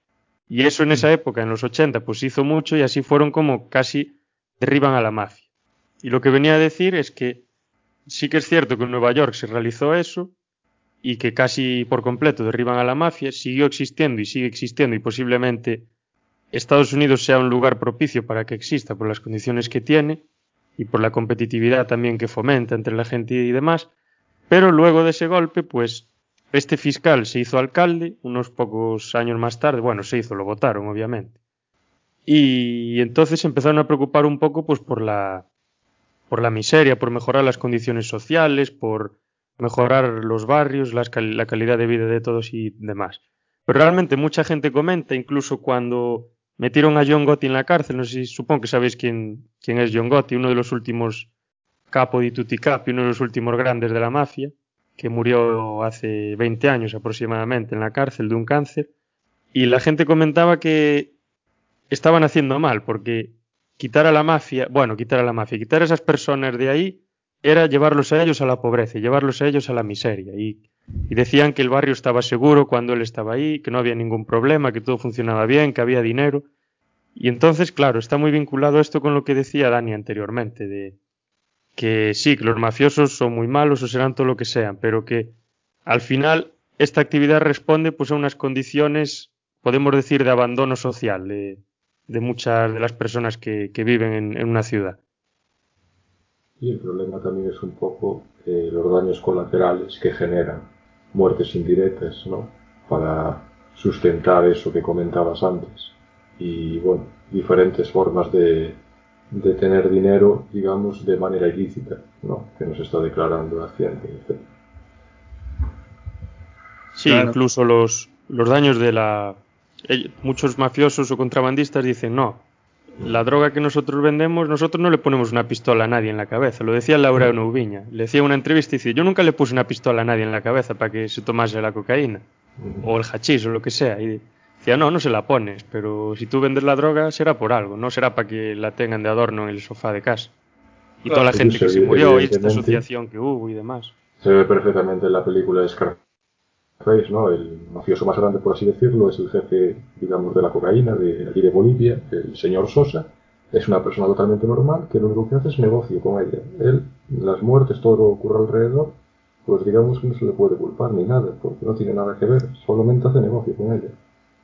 Y eso en esa época, en los ochenta, pues hizo mucho y así fueron como casi derriban a la mafia. Y lo que venía a decir es que sí que es cierto que en Nueva York se realizó eso y que casi por completo derriban a la mafia, siguió existiendo y sigue existiendo y posiblemente Estados Unidos sea un lugar propicio para que exista por las condiciones que tiene y por la competitividad también que fomenta entre la gente y demás, pero luego de ese golpe, pues este fiscal se hizo alcalde unos pocos años más tarde, bueno, se hizo, lo votaron obviamente, y entonces empezaron a preocupar un poco pues por la, por la miseria, por mejorar las condiciones sociales, por mejorar los barrios, las cal- la calidad de vida de todos y demás. Pero realmente mucha gente comenta, incluso cuando metieron a John Gotti en la cárcel, no sé si supongo que sabéis quién, quién es John Gotti, uno de los últimos capo di tutti capi, uno de los últimos grandes de la mafia, que murió hace veinte años aproximadamente en la cárcel de un cáncer, y la gente comentaba que estaban haciendo mal, porque quitar a la mafia, bueno, quitar a la mafia, quitar a esas personas de ahí era llevarlos a ellos a la pobreza, llevarlos a ellos a la miseria, y, y decían que el barrio estaba seguro cuando él estaba ahí, que no había ningún problema, que todo funcionaba bien, que había dinero, y entonces, claro, está muy vinculado esto con lo que decía Dani anteriormente, de que sí, que los mafiosos son muy malos o serán todo lo que sean, pero que al final esta actividad responde pues a unas condiciones, podemos decir, de abandono social de, de muchas de las personas que, que viven en, en una ciudad. Y el problema también es un poco eh, los daños colaterales que generan, muertes indirectas, ¿no? Para sustentar eso que comentabas antes. Y bueno, diferentes formas de, de tener dinero, digamos, de manera ilícita, ¿no? Que nos está declarando Hacienda, etcétera. Sí, Claro. incluso los, los daños de la... eh, muchos mafiosos o contrabandistas dicen, no, la droga que nosotros vendemos, nosotros no le ponemos una pistola a nadie en la cabeza. Lo decía Laura Ubiña. Le decía en una entrevista y dice, yo nunca le puse una pistola a nadie en la cabeza para que se tomase la cocaína o el hachís o lo que sea. Y decía, no, no se la pones, pero si tú vendes la droga será por algo, no será para que la tengan de adorno en el sofá de casa. Y Claro. toda la gente que se murió y esta Evidentemente, asociación que hubo y demás. se ve perfectamente en la película de Scarface, ¿no? El mafioso más grande, por así decirlo, es el jefe, digamos, de la cocaína de allí de Bolivia, el señor Sosa. Es una persona totalmente normal que lo único que hace es negocio con ella. Él, las muertes, todo lo que ocurre alrededor, pues digamos que no se le puede culpar ni nada, porque no tiene nada que ver, solamente hace negocio con ella.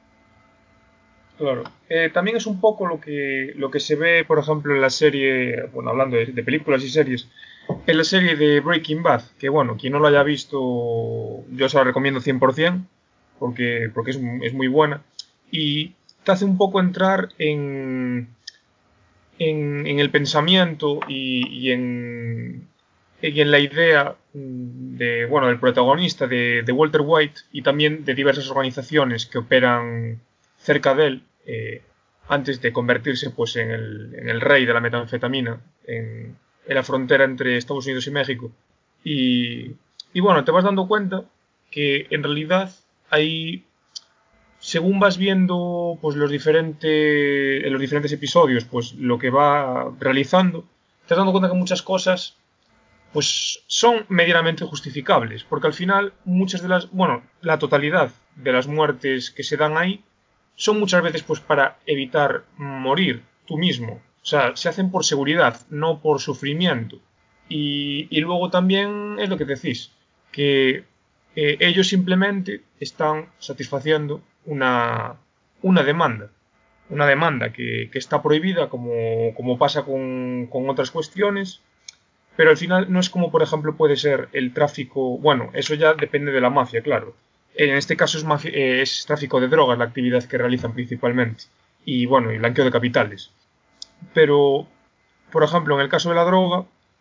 Claro. Eh, también es un poco lo que, lo que se ve, por ejemplo, en la serie, bueno, hablando de, de películas y series, en la serie de Breaking Bad, que bueno, quien no lo haya visto, yo se la recomiendo cien por ciento, porque, porque es, es muy buena, y te hace un poco entrar en, en, en el pensamiento y, y en, y en la idea de, bueno, del protagonista, de, de Walter White, y también de diversas organizaciones que operan cerca de él, eh, antes de convertirse pues en el, en el rey de la metanfetamina en, en la frontera entre Estados Unidos y México. Y, y bueno, te vas dando cuenta que en realidad hay, según vas viendo pues los diferentes, en los diferentes episodios, pues lo que va realizando, te vas dando cuenta que muchas cosas pues son medianamente justificables, porque al final muchas de las, bueno, la totalidad de las muertes que se dan ahí son muchas veces pues para evitar morir tú mismo. O sea, se hacen por seguridad, no por sufrimiento. Y, y luego también es lo que decís, que eh, ellos simplemente están satisfaciendo una, una demanda. Una demanda que, que está prohibida, como, como pasa con, con otras cuestiones, pero al final no es como, por ejemplo, puede ser el tráfico. Bueno, eso ya depende de la mafia, claro. En este caso es, mafia, eh, es tráfico de drogas la actividad que realizan principalmente. Y bueno, y blanqueo de capitales. Pero, por ejemplo, en el caso de la droga,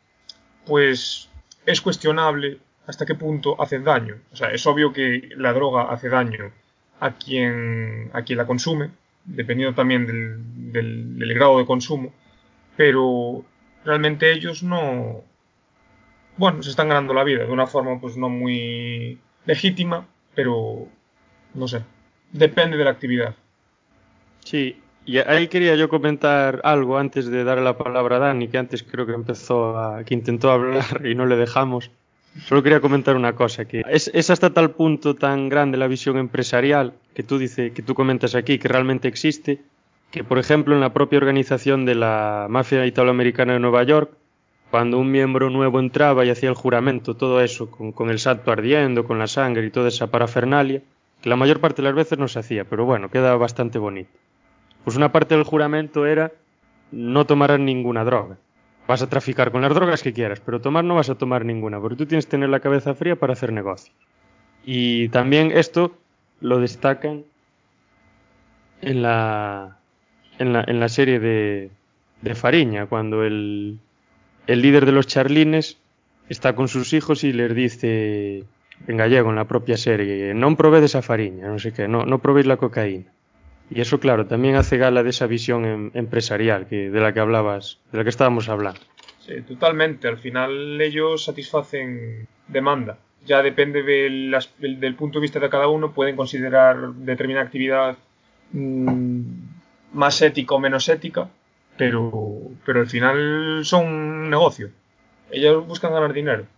pues es cuestionable hasta qué punto hace daño. O sea, es obvio que la droga hace daño a quien, a quien la consume, dependiendo también del, del, del grado de consumo, pero realmente ellos no, bueno, se están ganando la vida de una forma pues no muy legítima, pero no sé, depende de la actividad. Sí, y ahí quería yo comentar algo antes de dar la palabra a Dani, que antes creo que empezó a, que intentó hablar y no le dejamos. Solo quería comentar una cosa, que es, es hasta tal punto tan grande la visión empresarial que tú, dice, que tú comentas aquí, que realmente existe, que por ejemplo en la propia organización de la mafia italoamericana de Nueva York, cuando un miembro nuevo entraba y hacía el juramento, todo eso, con, con el santo ardiendo, con la sangre y toda esa parafernalia, que la mayor parte de las veces no se hacía, pero bueno, queda bastante bonito. Pues una parte del juramento era no tomarás ninguna droga. Vas a traficar con las drogas que quieras, pero tomar no vas a tomar ninguna, porque tú tienes que tener la cabeza fría para hacer negocios. Y también esto lo destacan en la, en la, en la serie de, de Fariña, cuando el, el líder de los charlines está con sus hijos y les dice, en gallego, en la propia serie, non provedes a fariña, no sé qué, no, no probéis la cocaína. Y eso, claro, también hace gala de esa visión em, empresarial que, de la que hablabas, de la que estábamos hablando. Sí, totalmente. Al final ellos satisfacen demanda. Ya depende del, del, del punto de vista de cada uno, pueden considerar determinada actividad mmm, más ética o menos ética, pero, pero al final son un negocio. Ellos buscan ganar dinero.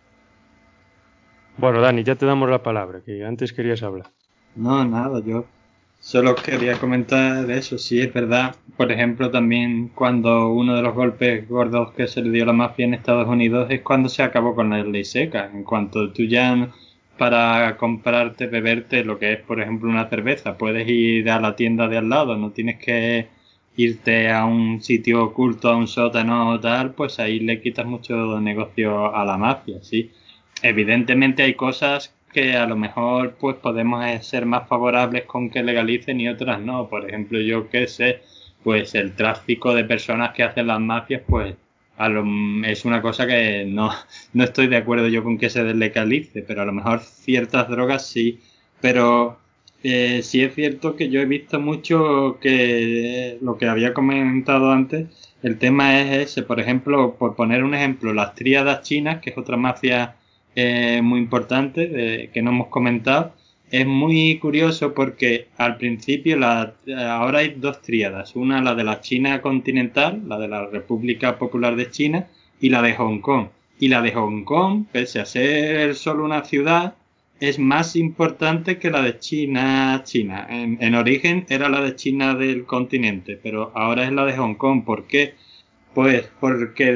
Bueno, Dani, ya te damos la palabra, que antes querías hablar. No, nada, yo solo quería comentar eso. Sí, es verdad. Por ejemplo, también cuando uno de los golpes gordos que se le dio a la mafia en Estados Unidos es cuando se acabó con la ley seca. En cuanto tú ya para comprarte, beberte lo que es, por ejemplo, una cerveza, puedes ir a la tienda de al lado, no tienes que irte a un sitio oculto, a un sótano o tal, pues ahí le quitas mucho negocio a la mafia, sí. Evidentemente hay cosas que a lo mejor pues podemos ser más favorables con que legalicen y otras no. Por ejemplo, yo qué sé, pues el tráfico de personas que hacen las mafias, pues a lo, es una cosa que no, no estoy de acuerdo yo con que se legalice, pero a lo mejor ciertas drogas sí. Pero eh, sí es cierto que yo he visto mucho que lo que había comentado antes, el tema es ese. Por ejemplo, por poner un ejemplo, las tríadas chinas, que es otra mafia Eh, muy importante de, que no hemos comentado. Es muy curioso porque al principio la, ahora hay dos tríadas, una la de la China continental, la de la República Popular de China, y la de Hong Kong. Y la de Hong Kong, pese a ser solo una ciudad, es más importante que la de China China. En, en origen era la de China del continente, pero ahora es la de Hong Kong. ¿Por qué? Pues porque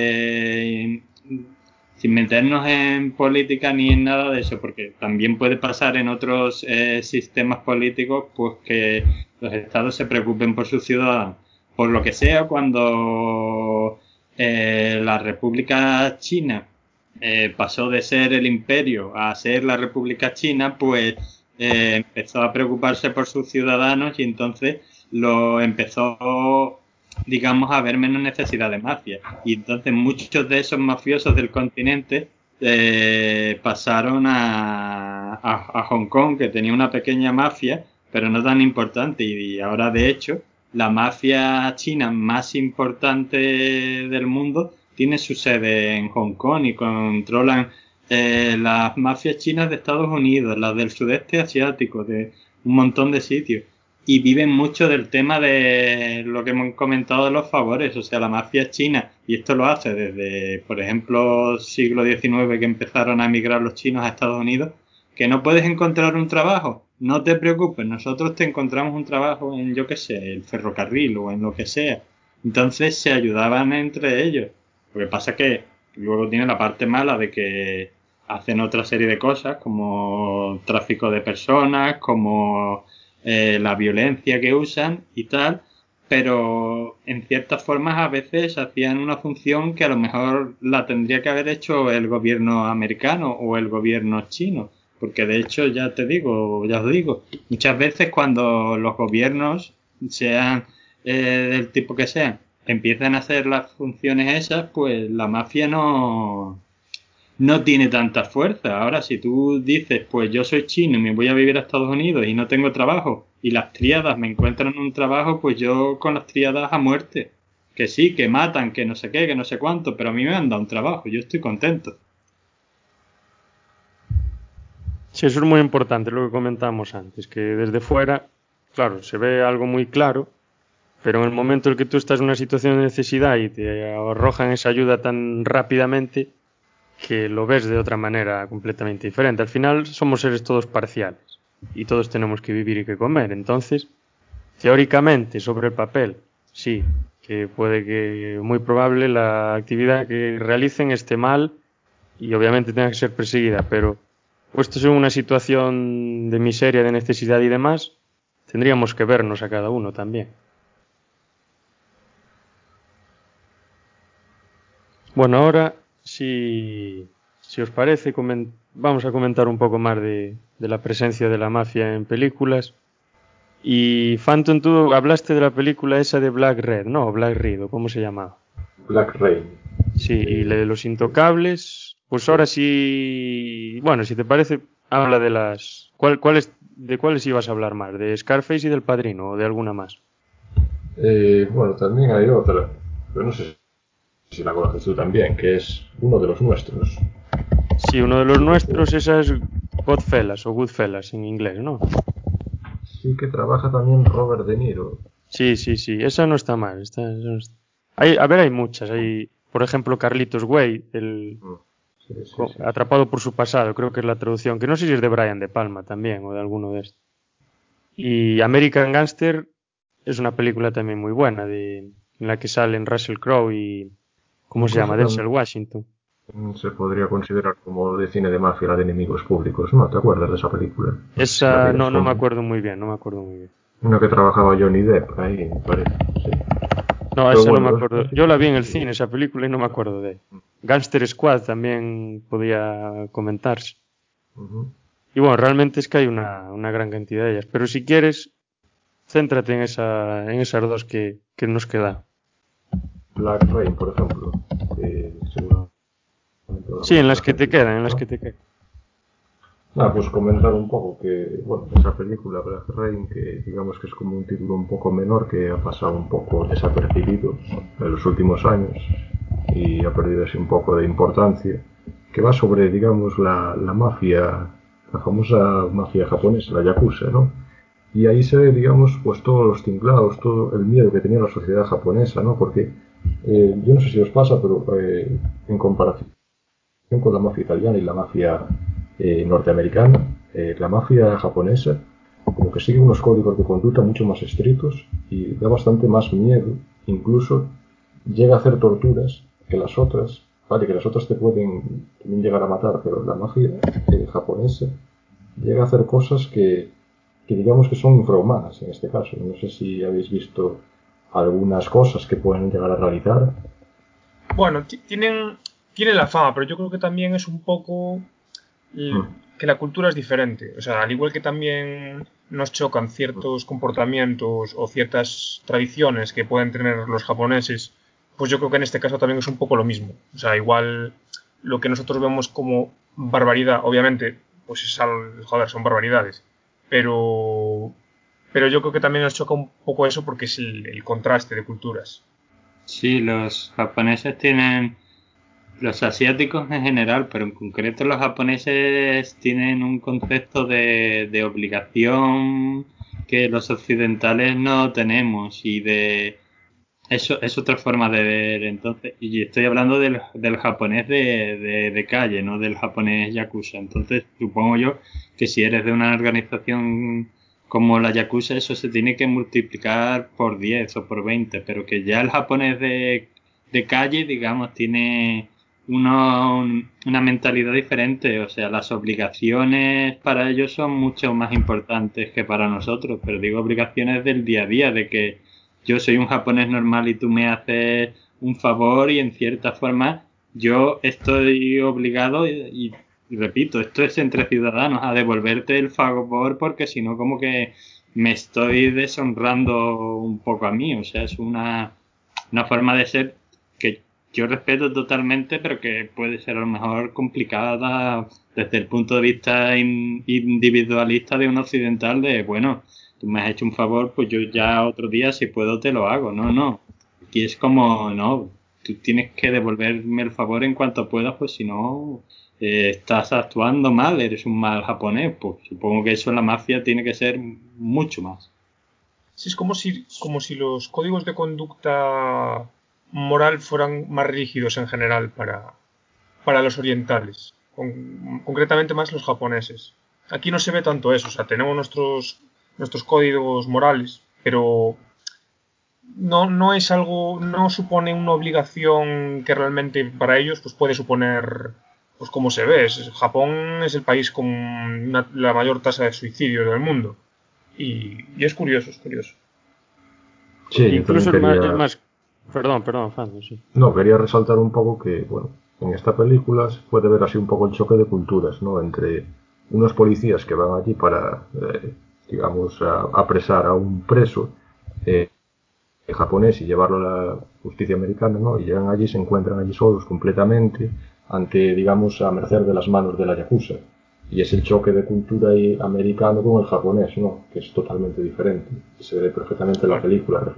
de sin meternos en política ni en nada de eso, porque también puede pasar en otros eh, sistemas políticos, pues que los estados se preocupen por sus ciudadanos. Por lo que sea, cuando eh, la República China eh, pasó de ser el imperio a ser la República China, pues eh, empezó a preocuparse por sus ciudadanos y entonces lo empezó, digamos, a haber menos necesidad de mafia. Y entonces muchos de esos mafiosos del continente eh, pasaron a, a, a Hong Kong, que tenía una pequeña mafia, pero no tan importante. Y ahora, de hecho, la mafia china más importante del mundo tiene su sede en Hong Kong y controlan eh, las mafias chinas de Estados Unidos, las del sudeste asiático, de un montón de sitios. Y viven mucho del tema de lo que hemos comentado de los favores, o sea, la mafia china, y esto lo hace desde, por ejemplo, siglo diecinueve, que empezaron a emigrar los chinos a Estados Unidos, que no puedes encontrar un trabajo, no te preocupes, nosotros te encontramos un trabajo en, yo qué sé, el ferrocarril o en lo que sea. Entonces se ayudaban entre ellos. Lo que pasa es que luego tiene la parte mala de que hacen otra serie de cosas, como tráfico de personas, como Eh, la violencia que usan y tal, pero en ciertas formas a veces hacían una función que a lo mejor la tendría que haber hecho el gobierno americano o el gobierno chino, porque de hecho ya te digo, ya os digo, muchas veces cuando los gobiernos, sean eh, del tipo que sean, empiezan a hacer las funciones esas, pues la mafia no no tiene tanta fuerza. Ahora, si tú dices, pues yo soy chino y me voy a vivir a Estados Unidos y no tengo trabajo, y las tríadas me encuentran un trabajo, pues yo con las tríadas a muerte. Que sí, que matan, que no sé qué, que no sé cuánto, pero a mí me han dado un trabajo, yo estoy contento. Sí, eso es muy importante, lo que comentamos antes, que desde fuera, claro, se ve algo muy claro, pero en el momento en que tú estás en una situación de necesidad y te arrojan esa ayuda tan rápidamente, que lo ves de otra manera completamente diferente. Al final somos seres todos parciales y todos tenemos que vivir y que comer. Entonces, teóricamente, sobre el papel, sí, que puede que, muy probable, la actividad que realicen esté mal y obviamente tenga que ser perseguida, pero puestos en una situación de miseria, de necesidad y demás, tendríamos que vernos a cada uno también. Bueno, ahora, si, si os parece, coment- vamos a comentar un poco más de, de la presencia de la mafia en películas. Y Phantom, tú hablaste de la película esa de Black Red, ¿no? Black Red, ¿o cómo se llamaba? Black Rain. Sí, y la de los Intocables, pues ahora sí, bueno, si te parece, habla de las... ¿Cuál, cuáles, ¿De cuáles ibas a hablar más? ¿De Scarface y del Padrino o de alguna más? Eh, bueno, también hay otra, pero no sé si la conoces tú también, que es uno de los nuestros. Sí, uno de los nuestros, esa es Godfellas o Goodfellas en inglés, ¿no? Sí, que trabaja también Robert De Niro. Sí, sí, sí, esa no está mal. Esta, esa no está... Hay, a ver, hay muchas. Hay, por ejemplo, Carlitos Way, el Sí, sí, co- sí, sí. Atrapado por su pasado, creo que es la traducción, que no sé si es de Brian De Palma también o de alguno de estos. Y American Gangster es una película también muy buena, de, en la que salen Russell Crowe y, ¿cómo se Incluso llama? Denzel también Washington. se podría considerar como de cine de mafia, la de enemigos públicos, ¿no? ¿Te acuerdas de esa película? No sé si la Esa no, veías no me con acuerdo muy bien, no me acuerdo muy bien. una que trabajaba Johnny Depp ahí, me parece. Sí. No, Pero esa no me bueno, acuerdo. Yo la vi en el básicamente... cine, esa película, y no me acuerdo de ella. Gangster Squad también podía comentarse. Uh-huh. Y bueno, realmente es que hay una, una gran cantidad de ellas. Pero si quieres, céntrate en, esa, en esas dos que, que nos quedan. Black Rain, por ejemplo, que seguramente la Sí, en conoce las la que te gente, quedan, en las ¿no? que te quedan. Nada, pues comentar un poco que, bueno, esa película Black Rain, que digamos que es como un título un poco menor, que ha pasado un poco desapercibido en los últimos años y ha perdido así un poco de importancia, que va sobre, digamos, la, la mafia, la famosa mafia japonesa, la Yakuza, ¿no? Y ahí se ve, digamos, pues todos los tinklados, todo el miedo que tenía la sociedad japonesa, ¿no? Porque eh, yo no sé si os pasa, pero eh, en comparación con la mafia italiana y la mafia eh, norteamericana, eh, la mafia japonesa como que sigue unos códigos de conducta mucho más estrictos y da bastante más miedo, incluso llega a hacer torturas que las otras, vale, que las otras te pueden también llegar a matar, pero la mafia eh, japonesa llega a hacer cosas que, que digamos que son infrahumanas en este caso. No sé si habéis visto algunas cosas que pueden llegar a realizar. Bueno, ti- tienen, tienen la fama, pero yo creo que también es un poco l- Mm. que la cultura es diferente. O sea, al igual que también nos chocan ciertos comportamientos o ciertas tradiciones que pueden tener los japoneses, pues yo creo que en este caso también es un poco lo mismo. O sea, igual lo que nosotros vemos como barbaridad, obviamente, pues es algo, joder, son barbaridades. Pero, pero yo creo que también nos choca un poco eso porque es el, el contraste de culturas. Sí, los japoneses tienen, los asiáticos en general, pero en concreto los japoneses tienen un concepto de, de obligación que los occidentales no tenemos y de eso es otra forma de ver. Entonces, y estoy hablando del, del japonés de, de, de calle, no del japonés yakuza. Entonces, supongo yo que si eres de una organización como la yakuza, eso se tiene que multiplicar por diez o por veinte, pero que ya el japonés de, de calle, digamos, tiene uno, una mentalidad diferente. O sea, las obligaciones para ellos son mucho más importantes que para nosotros, pero digo obligaciones del día a día, de que yo soy un japonés normal y tú me haces un favor y en cierta forma yo estoy obligado y, y repito, esto es entre ciudadanos, a devolverte el favor porque si no como que me estoy deshonrando un poco a mí. O sea, es una, una forma de ser que yo respeto totalmente, pero que puede ser a lo mejor complicada desde el punto de vista in, individualista de un occidental de, bueno, tú me has hecho un favor, pues yo ya otro día si puedo te lo hago. No, no. Aquí es como, no, tú tienes que devolverme el favor en cuanto puedas, pues si no, eh, estás actuando mal, eres un mal japonés. Pues supongo que eso en la mafia tiene que ser mucho más. Sí, es como si, como si los códigos de conducta moral fueran más rígidos en general para, para los orientales, con, concretamente más los japoneses. Aquí no se ve tanto eso, o sea, tenemos nuestros, nuestros códigos morales, pero no, no es algo, no supone una obligación que realmente para ellos pues puede suponer, pues como se ve, es, Japón es el país con una, la mayor tasa de suicidios del mundo. Y, y es curioso, es curioso. Sí, incluso quería... es, más, es más... Perdón, perdón, Fando, sí. No, quería resaltar un poco que, bueno, en esta película se puede ver así un poco el choque de culturas, ¿no? Entre unos policías que van allí para, eh, digamos, a, apresar a un preso eh, japonés y llevarlo a la justicia americana, ¿no? Y llegan allí, se encuentran allí solos completamente ante, digamos, a merced de las manos de la yakuza. Y es el choque de cultura americano con el japonés, ¿no? Que es totalmente diferente. Y se ve perfectamente en la película.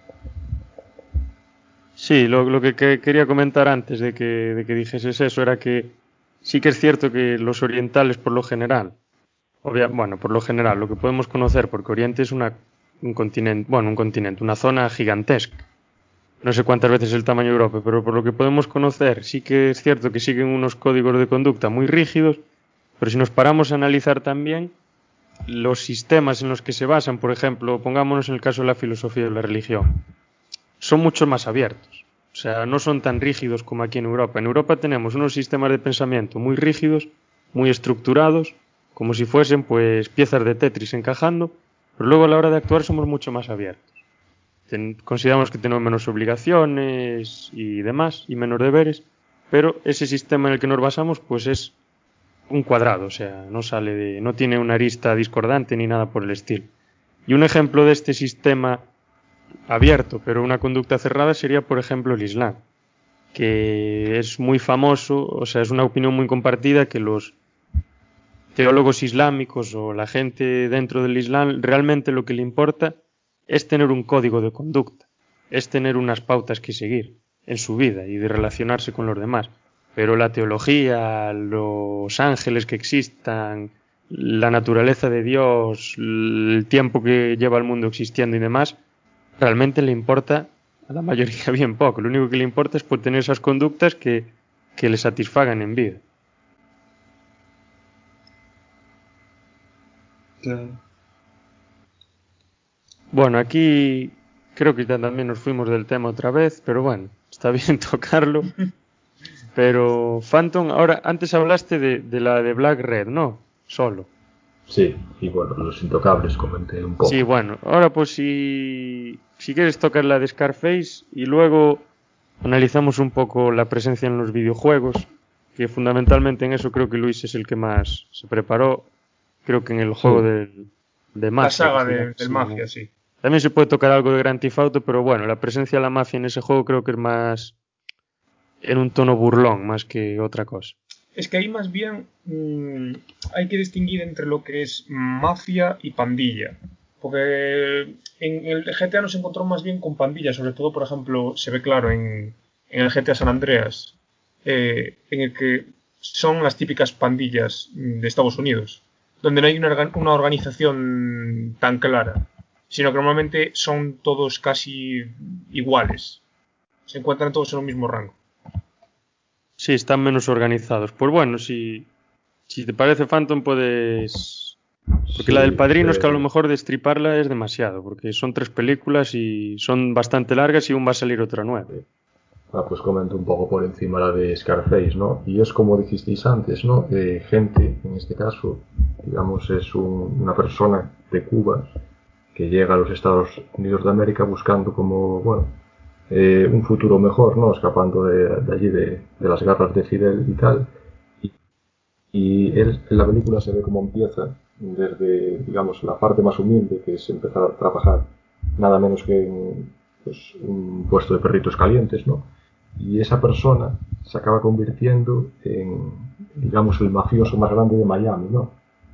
Sí, lo, lo que, que quería comentar antes de que, de que dijeses eso era que sí que es cierto que los orientales por lo general, obvia, bueno, por lo general, lo que podemos conocer, porque Oriente es una, un continente, bueno, un continente, una zona gigantesca. No sé cuántas veces el tamaño de Europa, pero por lo que podemos conocer, sí que es cierto que siguen unos códigos de conducta muy rígidos, pero si nos paramos a analizar también los sistemas en los que se basan, por ejemplo, pongámonos en el caso de la filosofía de la religión, son mucho más abiertos. O sea, no son tan rígidos como aquí en Europa. En Europa tenemos unos sistemas de pensamiento muy rígidos, muy estructurados, como si fuesen pues piezas de Tetris encajando, pero luego a la hora de actuar somos mucho más abiertos. Ten, consideramos que tenemos menos obligaciones y demás, y menos deberes, pero ese sistema en el que nos basamos pues es un cuadrado, o sea, no sale de, no tiene una arista discordante ni nada por el estilo. Y un ejemplo de este sistema abierto, pero una conducta cerrada sería, por ejemplo, el Islam, que es muy famoso, o sea, es una opinión muy compartida que los teólogos islámicos o la gente dentro del Islam realmente lo que le importa es tener un código de conducta, es tener unas pautas que seguir en su vida y de relacionarse con los demás. Pero la teología, los ángeles que existan, la naturaleza de Dios, el tiempo que lleva el mundo existiendo y demás, realmente le importa a la mayoría bien poco. Lo único que le importa es por tener esas conductas que, que le satisfagan en vida. Claro. Bueno, aquí creo que ya también nos fuimos del tema otra vez, pero bueno, está bien tocarlo. Pero Phantom, ahora, antes hablaste de, de la de Black Red, ¿no? Solo. Sí, y bueno, Los Intocables comenté un poco. Sí, bueno, ahora pues si, si quieres tocar la de Scarface y luego analizamos un poco la presencia en los videojuegos, que fundamentalmente en eso creo que Luis es el que más se preparó, creo que en el juego Sí. del, de Mafia. La saga que se de, llama del así, Mafia, ¿no? sí. También se puede tocar algo de Grand Theft Auto, pero bueno, la presencia de la mafia en ese juego creo que es más en un tono burlón, más que otra cosa. Es que ahí más bien mmm, hay que distinguir entre lo que es mafia y pandilla. Porque en el G T A nos encontró más bien con pandillas, sobre todo, por ejemplo, se ve claro en, en el G T A San Andreas, eh, en el que son las típicas pandillas de Estados Unidos, donde no hay una, una organización tan clara, sino que normalmente son todos casi iguales. Se encuentran todos en un mismo rango. Sí, están menos organizados. Pues bueno, si, si te parece Phantom puedes... Porque Sí, la del Padrino eh, es que a lo mejor destriparla es demasiado, porque son tres películas y son bastante largas y aún va a salir otra nueva. Ah, pues comento un poco por encima la de Scarface, ¿no? Y es como dijisteis antes, ¿no? Eh, gente, en este caso, digamos, es un, una persona de Cuba que llega a los Estados Unidos de América buscando como, bueno, eh, un futuro mejor, ¿no? Escapando de, de allí, de, de las garras de Fidel y tal. Y, y él, en la película se ve cómo empieza desde, digamos, la parte más humilde, que es empezar a trabajar nada menos que en pues, un puesto de perritos calientes, ¿no? Y esa persona se acaba convirtiendo en, digamos, el mafioso más grande de Miami, ¿no?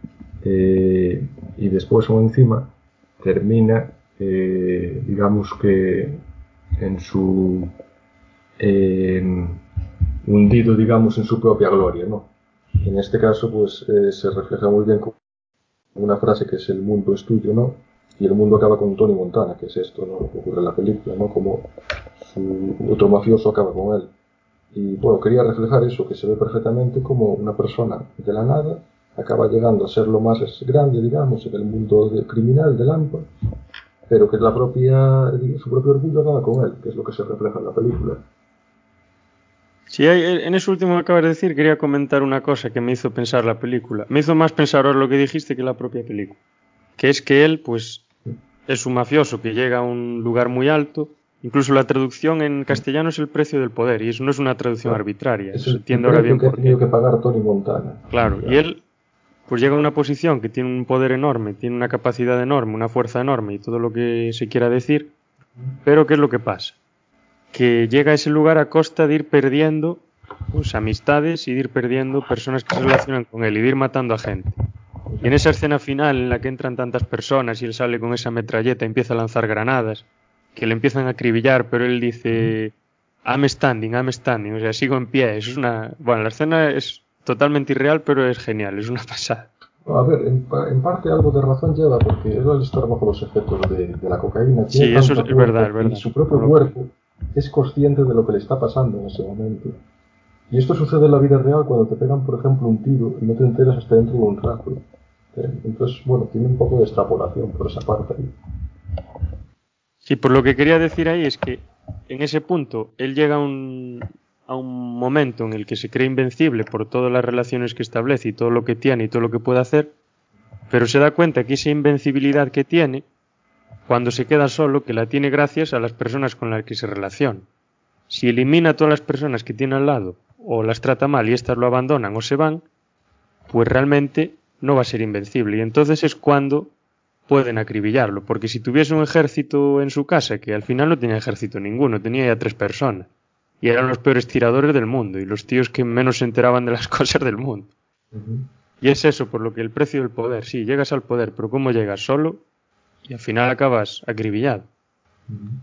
Eh, y después, o encima, termina, eh, digamos que en su eh, hundido, digamos, en su propia gloria, ¿no? En este caso, pues eh, se refleja muy bien con una frase que es el mundo es tuyo, ¿no? Y el mundo acaba con Tony Montana, que es esto, ¿no? Lo que ocurre en la película, ¿no? Como su otro mafioso acaba con él. Y bueno, quería reflejar eso, que se ve perfectamente como una persona de la nada acaba llegando a ser lo más grande, digamos, en el mundo de, criminal del AMPA, pero que la propia, su propio orgullo acaba con él, que es lo que se refleja en la película. Sí, en eso último que acabas de decir quería comentar una cosa que me hizo pensar la película. Me hizo más pensar ahora lo que dijiste que la propia película. Que es que él, pues, es un mafioso que llega a un lugar muy alto. Incluso la traducción en castellano es el precio del poder, y eso no es una traducción Claro. arbitraria. Es Se el, entiende el ahora precio bien que ha por tenido qué. que pagar Tony Montana. Claro, y él pues llega a una posición que tiene un poder enorme, tiene una capacidad enorme, una fuerza enorme y todo lo que se quiera decir, pero ¿qué es lo que pasa? Que llega a ese lugar a costa de ir perdiendo pues, amistades y de ir perdiendo personas que se relacionan con él y de ir matando a gente. Y en esa escena final en la que entran tantas personas y él sale con esa metralleta y empieza a lanzar granadas, que le empiezan a acribillar, pero él dice I'm standing, I'm standing, o sea, sigo en pie. Eso es una... Bueno, la escena es totalmente irreal, pero es genial, es una pasada. A ver, en, en parte algo de razón lleva, porque él al estar bajo los efectos de, de la cocaína tiene Sí, eso es, tanta es verdad, fuerza es verdad. y su propio No lo... cuerpo es consciente de lo que le está pasando en ese momento. Y esto sucede en la vida real cuando te pegan, por ejemplo, un tiro y no te enteras hasta dentro de un rato. Entonces, bueno, tiene un poco de extrapolación por esa parte ahí. Sí, por lo que quería decir ahí es que en ese punto él llega a un, a un momento en el que se cree invencible por todas las relaciones que establece y todo lo que tiene y todo lo que puede hacer, pero se da cuenta que esa invencibilidad que tiene, cuando se queda solo, que la tiene gracias a las personas con las que se relaciona. Si elimina a todas las personas que tiene al lado o las trata mal y éstas lo abandonan o se van, pues realmente no va a ser invencible. Y entonces es cuando pueden acribillarlo, porque si tuviese un ejército en su casa, que al final no tenía ejército ninguno, tenía ya tres personas, y eran los peores tiradores del mundo, y los tíos que menos se enteraban de las cosas del mundo. Uh-huh. Y es eso, por lo que el precio del poder, sí, llegas al poder, pero ¿cómo llegas? Solo, y al final acabas acribillado. Uh-huh.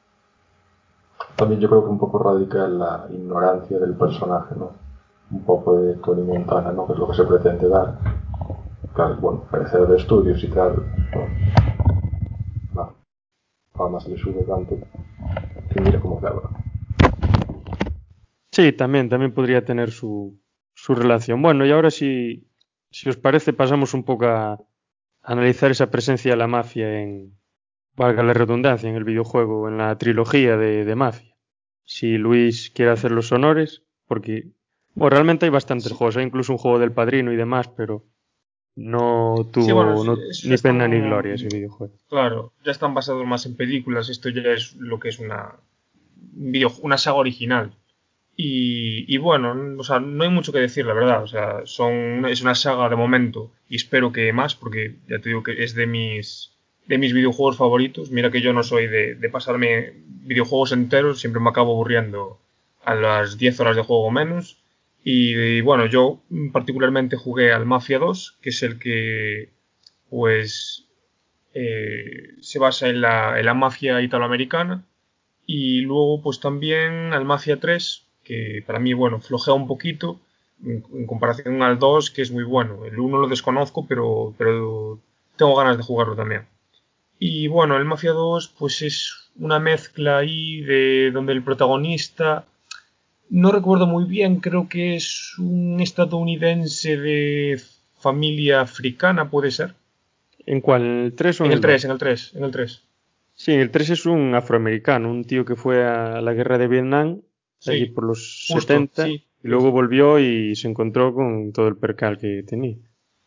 También yo creo que un poco radica en la ignorancia del personaje, ¿no? Un poco de Tony Montana, ¿no? Que es lo que se pretende dar. Claro, bueno, parecer de estudios y tal, bueno, no, fama se le sube tanto que mira cómo acaba. Sí, también, también podría tener su, su relación. Bueno, y ahora si, si os parece pasamos un poco a analizar esa presencia de la mafia en, valga la redundancia, en el videojuego, en la trilogía de, de Mafia. Si Luis quiere hacer los honores, porque bueno, realmente hay bastantes sí. juegos, hay incluso un juego del Padrino y demás, pero no tuvo sí, bueno, no, ni pena están, ni gloria ese videojuego. Claro, ya están basados más en películas, esto ya es lo que es una, video, una saga original. Y, y bueno, o sea, no hay mucho que decir, la verdad. O sea, son, es una saga de momento y espero que más, porque ya te digo que es de mis, de mis videojuegos favoritos. Mira que yo no soy de, de pasarme videojuegos enteros, siempre me acabo aburriendo a las diez horas de juego menos. Y, y bueno, yo particularmente jugué al Mafia dos, que es el que pues eh, se basa en la, en la mafia italoamericana. Y luego pues también al Mafia tres, que para mí, bueno, flojea un poquito en, en comparación al dos, que es muy bueno. El uno lo desconozco, pero, pero tengo ganas de jugarlo también. Y bueno, el Mafia dos pues es una mezcla ahí de donde el protagonista, no recuerdo muy bien, creo que es un estadounidense de familia africana, puede ser. ¿En cuál? ¿En el tres o en, en el, el tres? dos? En el tres, en el tres. Sí, el tres es un afroamericano, un tío que fue a la guerra de Vietnam, sí, allí por los justo, setenta, sí, y luego sí. volvió y se encontró con todo el percal que tenía.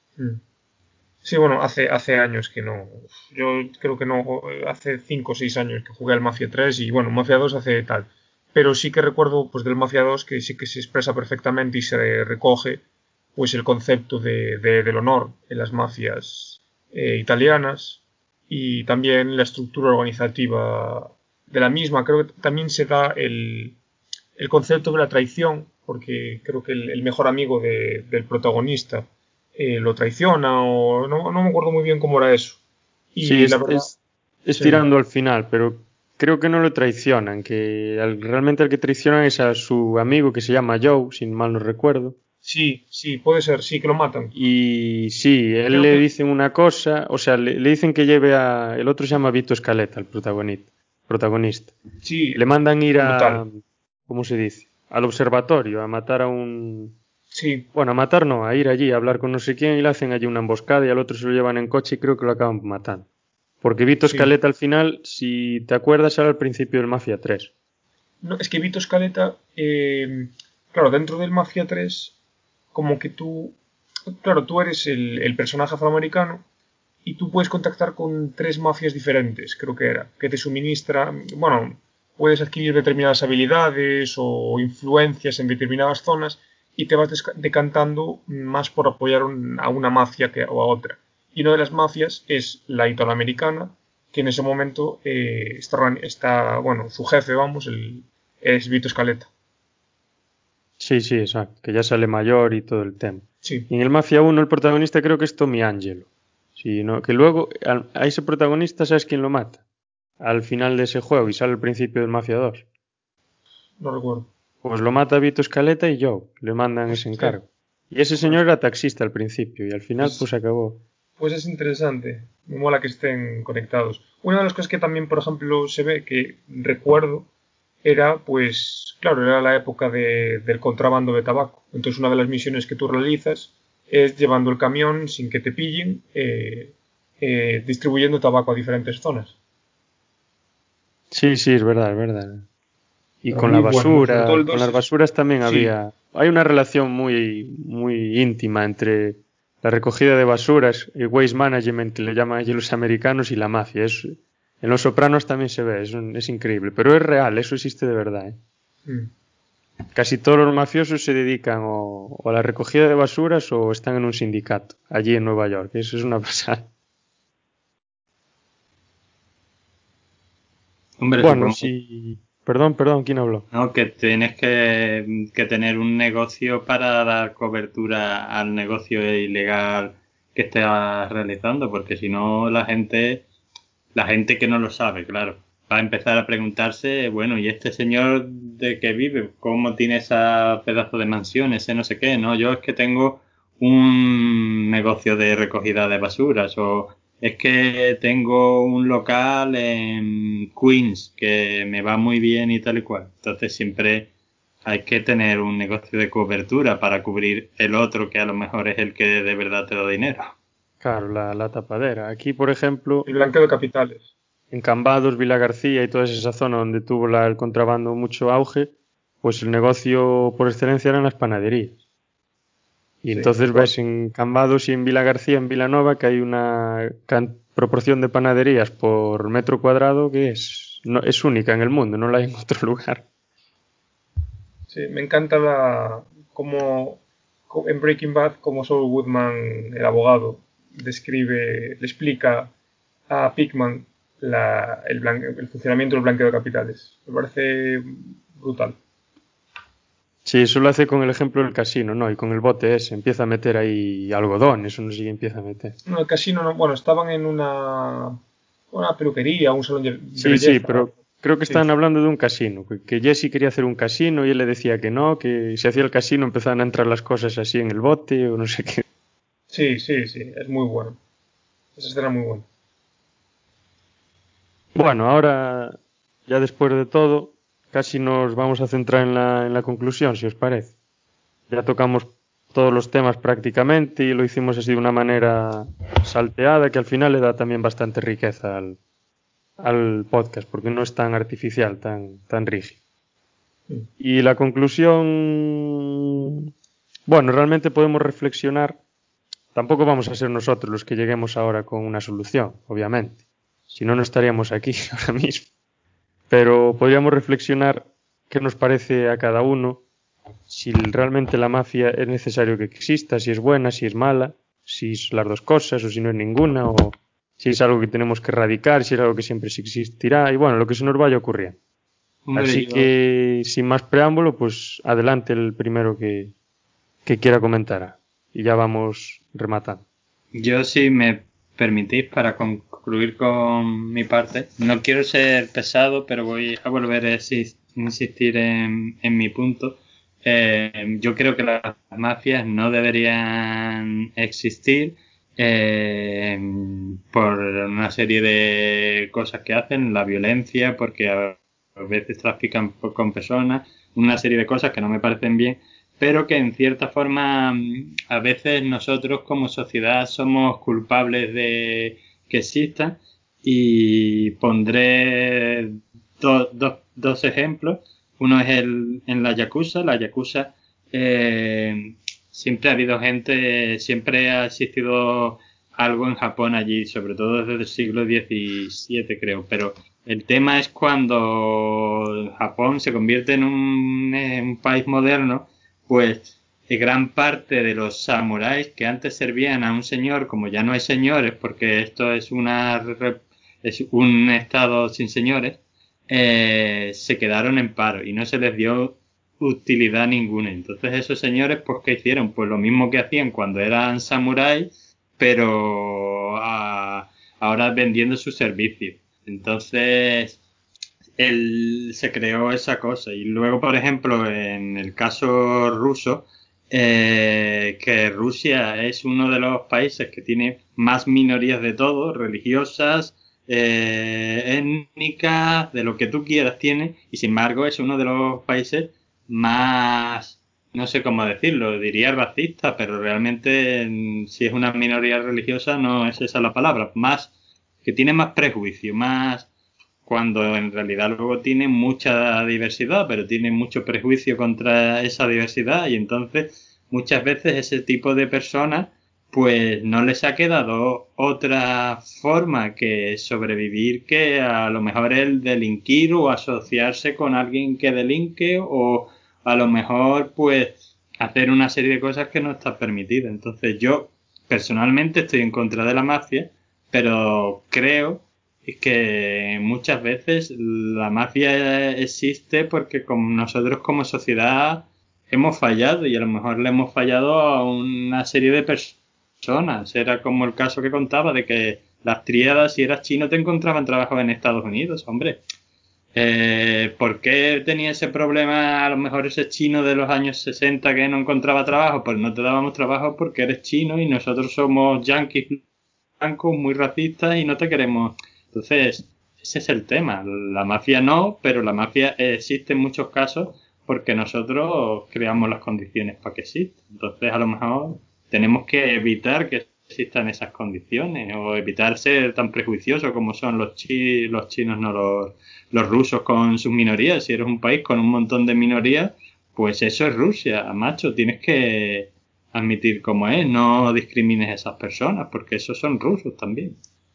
Sí, bueno, hace, hace años que no. Yo creo que no, hace cinco o seis años que jugué al Mafia tres y bueno, Mafia dos hace tal. Pero sí que recuerdo pues del Mafia dos que sí que se expresa perfectamente y se recoge pues el concepto de, de, del honor en las mafias eh, italianas y también la estructura organizativa de la misma. Creo que también se da el, el concepto de la traición, porque creo que el, el mejor amigo de, del protagonista eh, lo traiciona o no, no me acuerdo muy bien cómo era eso. Y sí, es, la verdad, es, es sí. tirando al final, pero creo que no lo traicionan, que al, realmente el que traicionan es a su amigo que se llama Joe, si mal no recuerdo. Sí, sí, puede ser, sí, que lo matan. Y sí, él Creo le que... dicen una cosa, o sea, le, le dicen que lleve a... El otro se llama Vito Scaletta, el protagonista. protagonista. Sí, le mandan ir brutal. a... ¿Cómo se dice? al observatorio a matar a un... Sí. Bueno, a matar no, a ir allí a hablar con no sé quién y le hacen allí una emboscada y al otro se lo llevan en coche y creo que lo acaban matando. Porque Vito Sí. Scaletta al final, si te acuerdas, era al principio del Mafia tres. No, es que Vito Scaletta, eh, claro, dentro del Mafia tres, como que tú, claro, tú eres el, el personaje afroamericano y tú puedes contactar con tres mafias diferentes, creo que era, que te suministra, bueno, puedes adquirir determinadas habilidades o influencias en determinadas zonas y te vas desca- decantando más por apoyar un- a una mafia que, o a otra. Y una de las mafias es la italoamericana, que en ese momento eh, está, organ- está, bueno, su jefe, vamos, el, es Vito Scaletta. Sí, sí, exacto, que ya sale mayor y todo el tema. Sí, Y en el Mafia uno el protagonista creo que es Tommy Angelo. Sí, no, que luego al- a ese protagonista, ¿sabes quién lo mata? Al final de ese juego y sale al principio del Mafia dos. no recuerdo. Pues lo mata Vito Scaletta y Joe, le mandan ese Hostia, encargo. Y ese señor era taxista al principio y al final pues, pues acabó. pues es interesante. Me mola que estén conectados. Una de las cosas que también, por ejemplo, se ve que recuerdo era, pues, claro, era la época de- del contrabando de tabaco. Entonces, una de las misiones que tú realizas es llevando el camión sin que te pillen, eh, eh, distribuyendo tabaco a diferentes zonas. Sí, sí, es verdad, es verdad. Y Pero con la muy bueno, sobre todo basura, el con dos las es... basuras también Sí, había... Hay una relación muy, muy íntima entre la recogida de basuras, el waste management que le llaman allí los americanos y la mafia. Es, en Los Sopranos también se ve, es, un- es increíble. Pero es real, eso existe de verdad, ¿eh? mm, Casi todos los mafiosos se dedican o, o a la recogida de basuras o están en un sindicato, allí en Nueva York. Eso es una pasada. Hombre, Bueno, supongo, sí... Perdón, perdón, ¿quién habló? ¿no? Que tienes que, que tener un negocio para dar cobertura al negocio ilegal que estés realizando, porque si no la gente, la gente que no lo sabe, claro, va a empezar a preguntarse, bueno, ¿y este señor de qué vive? ¿Cómo tiene esa pedazo de mansión, ese no sé qué? No, yo es que tengo un negocio de recogida de basuras o es que tengo un local en Queens que me va muy bien y tal y cual. Entonces siempre hay que tener un negocio de cobertura para cubrir el otro que a lo mejor es el que de verdad te da dinero. Claro, la, la tapadera. Aquí, por ejemplo, el blanqueo de capitales. en Cambados, Vila García y toda esa zona donde tuvo la- el contrabando mucho auge, pues el negocio por excelencia eran las panaderías. Y Sí, entonces bueno, ves en Cambados y en Vila García, en Vilanova, que hay una can- proporción de panaderías por metro cuadrado que es, no, es única en el mundo, no la hay en otro lugar. sí, me encanta la, como co- en Breaking Bad, como Saul Goodman, el abogado, describe, le explica a Pickman la- el, blan- el funcionamiento del blanqueo de capitales. Me parece brutal. Sí, eso lo hace con el ejemplo del casino, ¿no? Y con el bote ese, empieza a meter ahí algodón, eso no sé qué empieza a meter. No, el casino no, bueno, estaban en una, una peluquería, un salón de de Sí, sí, belleza. pero creo que Sí, estaban hablando de un casino, que, que Jesse quería hacer un casino y él le decía que no, que si hacía el casino empezaban a entrar las cosas así en el bote o no sé qué. sí, sí, sí, es muy bueno. Esa escena es muy buena. Bueno, ahora, ya después de todo, casi nos vamos a centrar en la, en la conclusión, si os parece. Ya tocamos todos los temas prácticamente y lo hicimos así de una manera salteada que al final le da también bastante riqueza al, al podcast, porque no es tan artificial, tan, tan rígido. Mm. Y la conclusión, bueno, realmente podemos reflexionar, tampoco vamos a ser nosotros los que lleguemos ahora con una solución, obviamente, si no, no estaríamos aquí ahora mismo, pero podríamos reflexionar qué nos parece a cada uno, si realmente la mafia es necesario que exista, si es buena, si es mala, si es las dos cosas o si no es ninguna, o si es algo que tenemos que erradicar, si es algo que siempre existirá, y bueno, lo que se nos vaya ocurriendo. Hombre, Así yo, que, sin más preámbulo, pues adelante el primero que, que quiera comentar. Y ya vamos rematando. yo si me permitís para concluir con mi parte, no quiero ser pesado, pero voy a volver a exis- insistir en, en mi punto. Eh, yo creo que las mafias no deberían existir eh, por una serie de cosas que hacen, la violencia, porque a a veces trafican por- con personas, una serie de cosas que no me parecen bien, pero que en cierta forma a veces nosotros como sociedad somos culpables de que existan. Y pondré do, do, dos ejemplos. Uno es el, en la Yakuza. La Yakuza eh, siempre ha habido gente, siempre ha existido algo en Japón allí, sobre todo desde el siglo diecisiete, creo. Pero el tema es cuando Japón se convierte en un, en un país moderno, pues gran parte de los samuráis que antes servían a un señor, como ya no hay señores, porque esto es una es un estado sin señores, eh, se quedaron en paro y no se les dio utilidad ninguna. Entonces esos señores, pues, ¿qué hicieron? Pues lo mismo que hacían cuando eran samuráis, pero a, ahora vendiendo sus servicios. Entonces él, se creó esa cosa. Y luego, por ejemplo, en el caso ruso, eh, que Rusia es uno de los países que tiene más minorías de todo, religiosas, eh, étnicas, de lo que tú quieras tiene, y sin embargo es uno de los países más, no sé cómo decirlo, diría racista, pero realmente si es una minoría religiosa no es esa la palabra, más que tiene más prejuicio, más, cuando en realidad luego tiene mucha diversidad, pero tiene mucho prejuicio contra esa diversidad, y entonces muchas veces ese tipo de personas pues no les ha quedado otra forma que sobrevivir que a lo mejor el delinquir o asociarse con alguien que delinque, o a lo mejor pues hacer una serie de cosas que no está permitida. Entonces yo personalmente estoy en contra de la mafia, pero creo que muchas veces la mafia existe porque como nosotros como sociedad hemos fallado, y a lo mejor le hemos fallado a una serie de personas. Era como el caso que contaba de que las tríadas, si eras chino, te encontraban trabajo en Estados Unidos. Hombre, eh, ¿por qué tenía ese problema a lo mejor ese chino de los años sesenta que no encontraba trabajo? Pues no te dábamos trabajo porque eres chino y nosotros somos yanquis blancos muy racistas y no te queremos. Entonces, ese es el tema. La mafia no, pero la mafia existe en muchos casos porque nosotros creamos las condiciones para que exista. Entonces, a lo mejor tenemos que evitar que existan esas condiciones, o evitar ser tan prejuiciosos como son los, chi los chinos, no los, los rusos con sus minorías. Si eres un país con un montón de minorías, pues eso es Rusia, macho. Tienes que admitir cómo es, no discrimines a esas personas, porque esos son rusos también.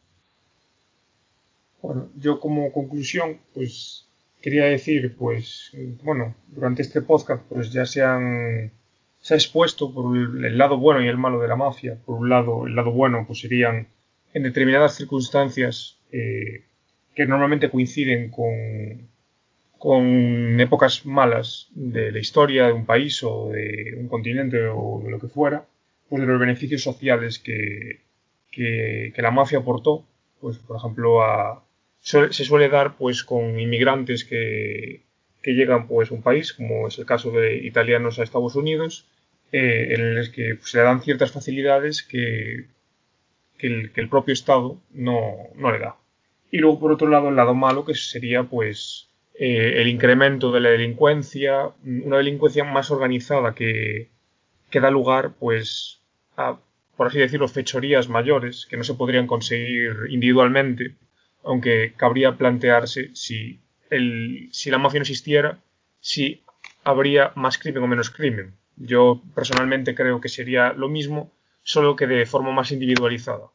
Bueno, yo como conclusión, pues quería decir, pues, bueno, durante este podcast, pues ya se han se ha expuesto por el lado bueno y el malo de la mafia. Por un lado, el lado bueno pues serían en determinadas circunstancias eh, que normalmente coinciden con, con épocas malas de la historia de un país o de un continente o de lo que fuera, pues de los beneficios sociales que, que, que la mafia aportó, pues por ejemplo a, suele, se suele dar pues con inmigrantes que, que llegan pues a un país, como es el caso de italianos a Estados Unidos, eh, en los que pues, se le dan ciertas facilidades que, que, el, que el propio Estado no, no le da. Y luego, por otro lado, el lado malo, que sería pues eh, el incremento de la delincuencia, una delincuencia más organizada que, que da lugar pues a, por así decirlo, fechorías mayores que no se podrían conseguir individualmente, aunque cabría plantearse si, el, si la mafia no existiera, si habría más crimen o menos crimen. Yo personalmente creo que sería lo mismo, solo que de forma más individualizada.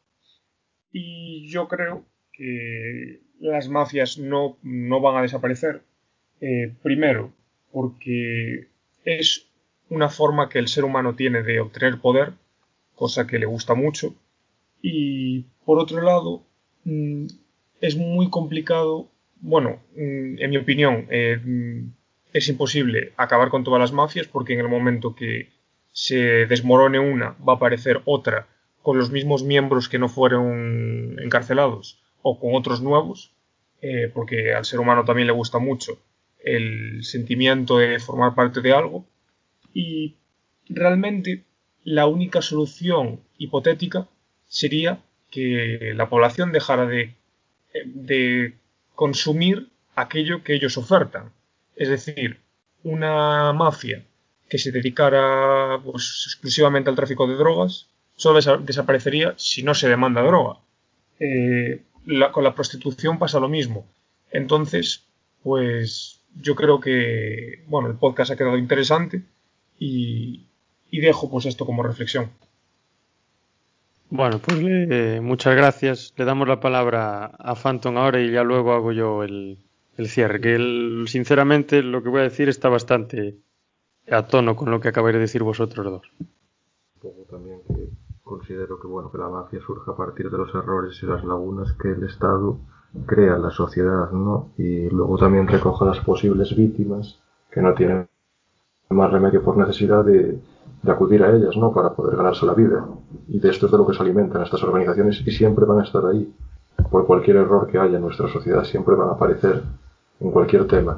Y yo creo que las mafias no, no van a desaparecer. Eh, primero, porque es una forma que el ser humano tiene de obtener poder, cosa que le gusta mucho. Y por otro lado, mmm, es muy complicado, bueno, mmm, en mi opinión, eh, es imposible acabar con todas las mafias, porque en el momento que se desmorone una, va a aparecer otra con los mismos miembros que no fueron encarcelados o con otros nuevos, eh, porque al ser humano también le gusta mucho el sentimiento de formar parte de algo. Y realmente la única solución hipotética sería que la población dejara de, de consumir aquello que ellos ofertan. Es decir, una mafia que se dedicara pues, exclusivamente al tráfico de drogas, solo desa- desaparecería si no se demanda droga. Eh, la, con la prostitución pasa lo mismo. Entonces, pues yo creo que, bueno, el podcast ha quedado interesante y, y dejo pues esto como reflexión. Bueno, pues le- eh, muchas gracias. Le damos la palabra a Phantom ahora y ya luego hago yo el, el cierre. Que el- sinceramente lo que voy a decir está bastante a tono con lo que acabáis de decir vosotros dos. Supongo también que considero que bueno que la mafia surge a partir de los errores y las lagunas que el Estado crea en la sociedad, ¿no? Y luego también recoge a las posibles víctimas que no tienen más remedio por necesidad de, de acudir a ellas, ¿no? Para poder ganarse la vida. Y de esto es de lo que se alimentan estas organizaciones y siempre van a estar ahí. Por cualquier error que haya en nuestra sociedad, siempre van a aparecer en cualquier tema.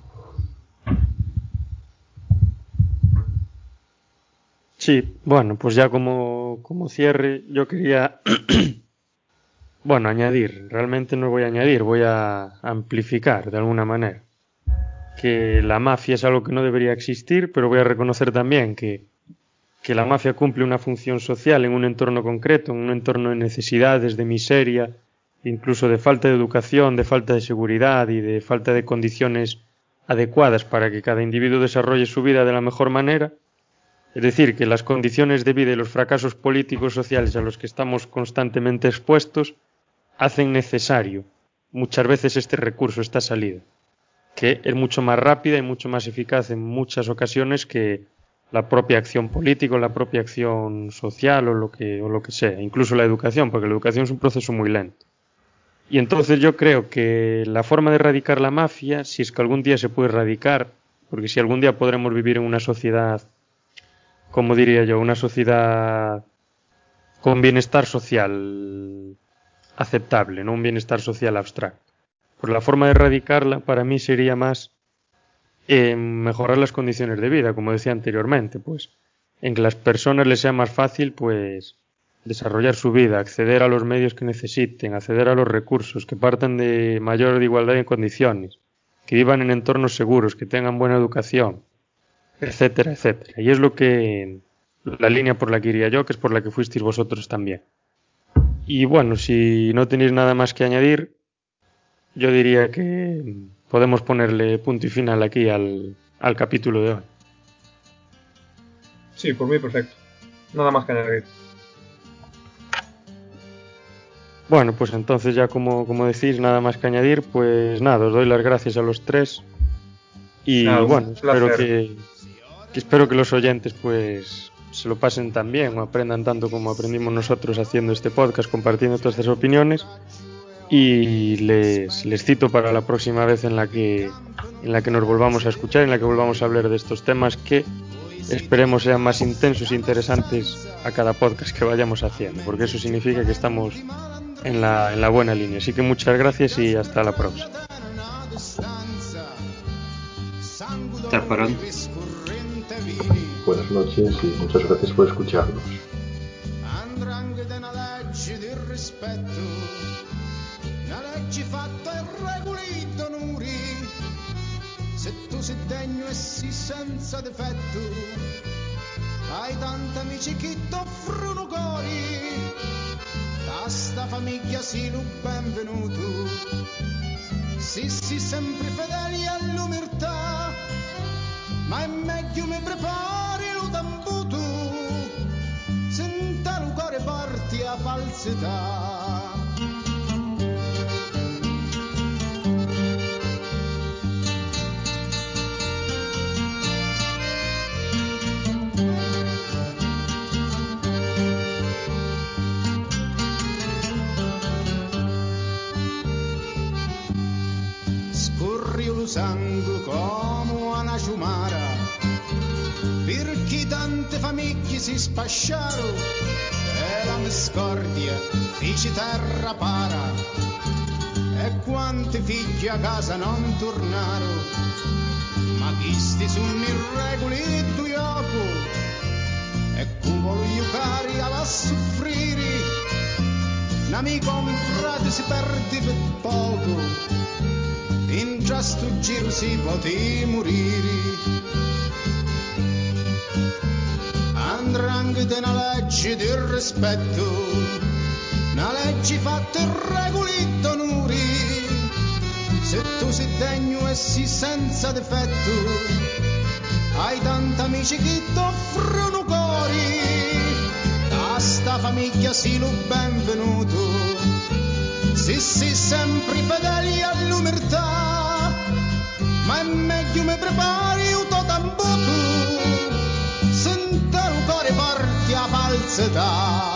Sí, bueno, pues ya como, como cierre, yo quería, bueno, añadir, realmente no voy a añadir, voy a amplificar de alguna manera, que la mafia es algo que no debería existir, pero voy a reconocer también que, que la mafia cumple una función social en un entorno concreto, en un entorno de necesidades, de miseria, incluso de falta de educación, de falta de seguridad y de falta de condiciones adecuadas para que cada individuo desarrolle su vida de la mejor manera. Es decir, que las condiciones de vida y los fracasos políticos y sociales a los que estamos constantemente expuestos hacen necesario muchas veces este recurso, esta salida, que es mucho más rápida y mucho más eficaz en muchas ocasiones que la propia acción política o la propia acción social o lo que, o lo que sea, incluso la educación, porque la educación es un proceso muy lento. Y entonces yo creo que la forma de erradicar la mafia, si es que algún día se puede erradicar, porque si algún día podremos vivir en una sociedad, como diría yo, una sociedad con bienestar social aceptable, no un bienestar social abstracto. Pues la forma de erradicarla para mí sería más eh, mejorar las condiciones de vida, como decía anteriormente, pues en que las personas les sea más fácil pues desarrollar su vida, acceder a los medios que necesiten, acceder a los recursos, que partan de mayor igualdad de condiciones, que vivan en entornos seguros, que tengan buena educación, etcétera, etcétera. Y es lo que la línea por la que iría yo, que es por la que fuisteis vosotros también. Y bueno, si no tenéis nada más que añadir, yo diría que podemos ponerle punto y final aquí al, al capítulo de hoy. Sí, por mí perfecto. Nada más que añadir. Bueno, pues entonces ya como, como decís, nada más que añadir, pues nada, os doy las gracias a los tres y Nada, un bueno, espero placer. que, que espero que los oyentes pues se lo pasen tan bien o aprendan tanto como aprendimos nosotros haciendo este podcast, compartiendo todas estas opiniones y les, les cito para la próxima vez en la que en la que nos volvamos a escuchar, en la que volvamos a hablar de estos temas que esperemos sean más intensos e interesantes a cada podcast que vayamos haciendo, porque eso significa que estamos en la, en la buena línea. Así que muchas gracias y hasta la próxima. Hasta pronto. Buenas noches y muchas gracias por escucharnos. Andrangheta è una legge di rispetto, una legge fatta e regoli d'onori. Se tu sei degno e sei senza difetto, hai tanti amici che t'offrono cori. Da sta famiglia sii lo benvenuto, se sei sempre fedeli all'umirtà, ma è meglio mi prepari lo tambuto, senta lo cuore porti a falsità. Scorri lo sangue come una ciumara, perché tante famiglie si spasciarono e la miscordia fece terra para, e quanti figli a casa non tornarono, ma chisti sono i regoli di gioco, e come gli cari alla soffrire, n'amico comprato si perde per poco. In tra sto giro si poteva morire. Andrangheta una legge del rispetto, una legge fatta in regoli d'onori. Se tu sei degno e sei senza difetto, hai tanti amici che ti offrono cuori. Da sta famiglia sii lo benvenuto, se sei sempre fedeli all'umirtà. Ma è meglio mi prepari un totambuto, senta un cuore forte a falsità.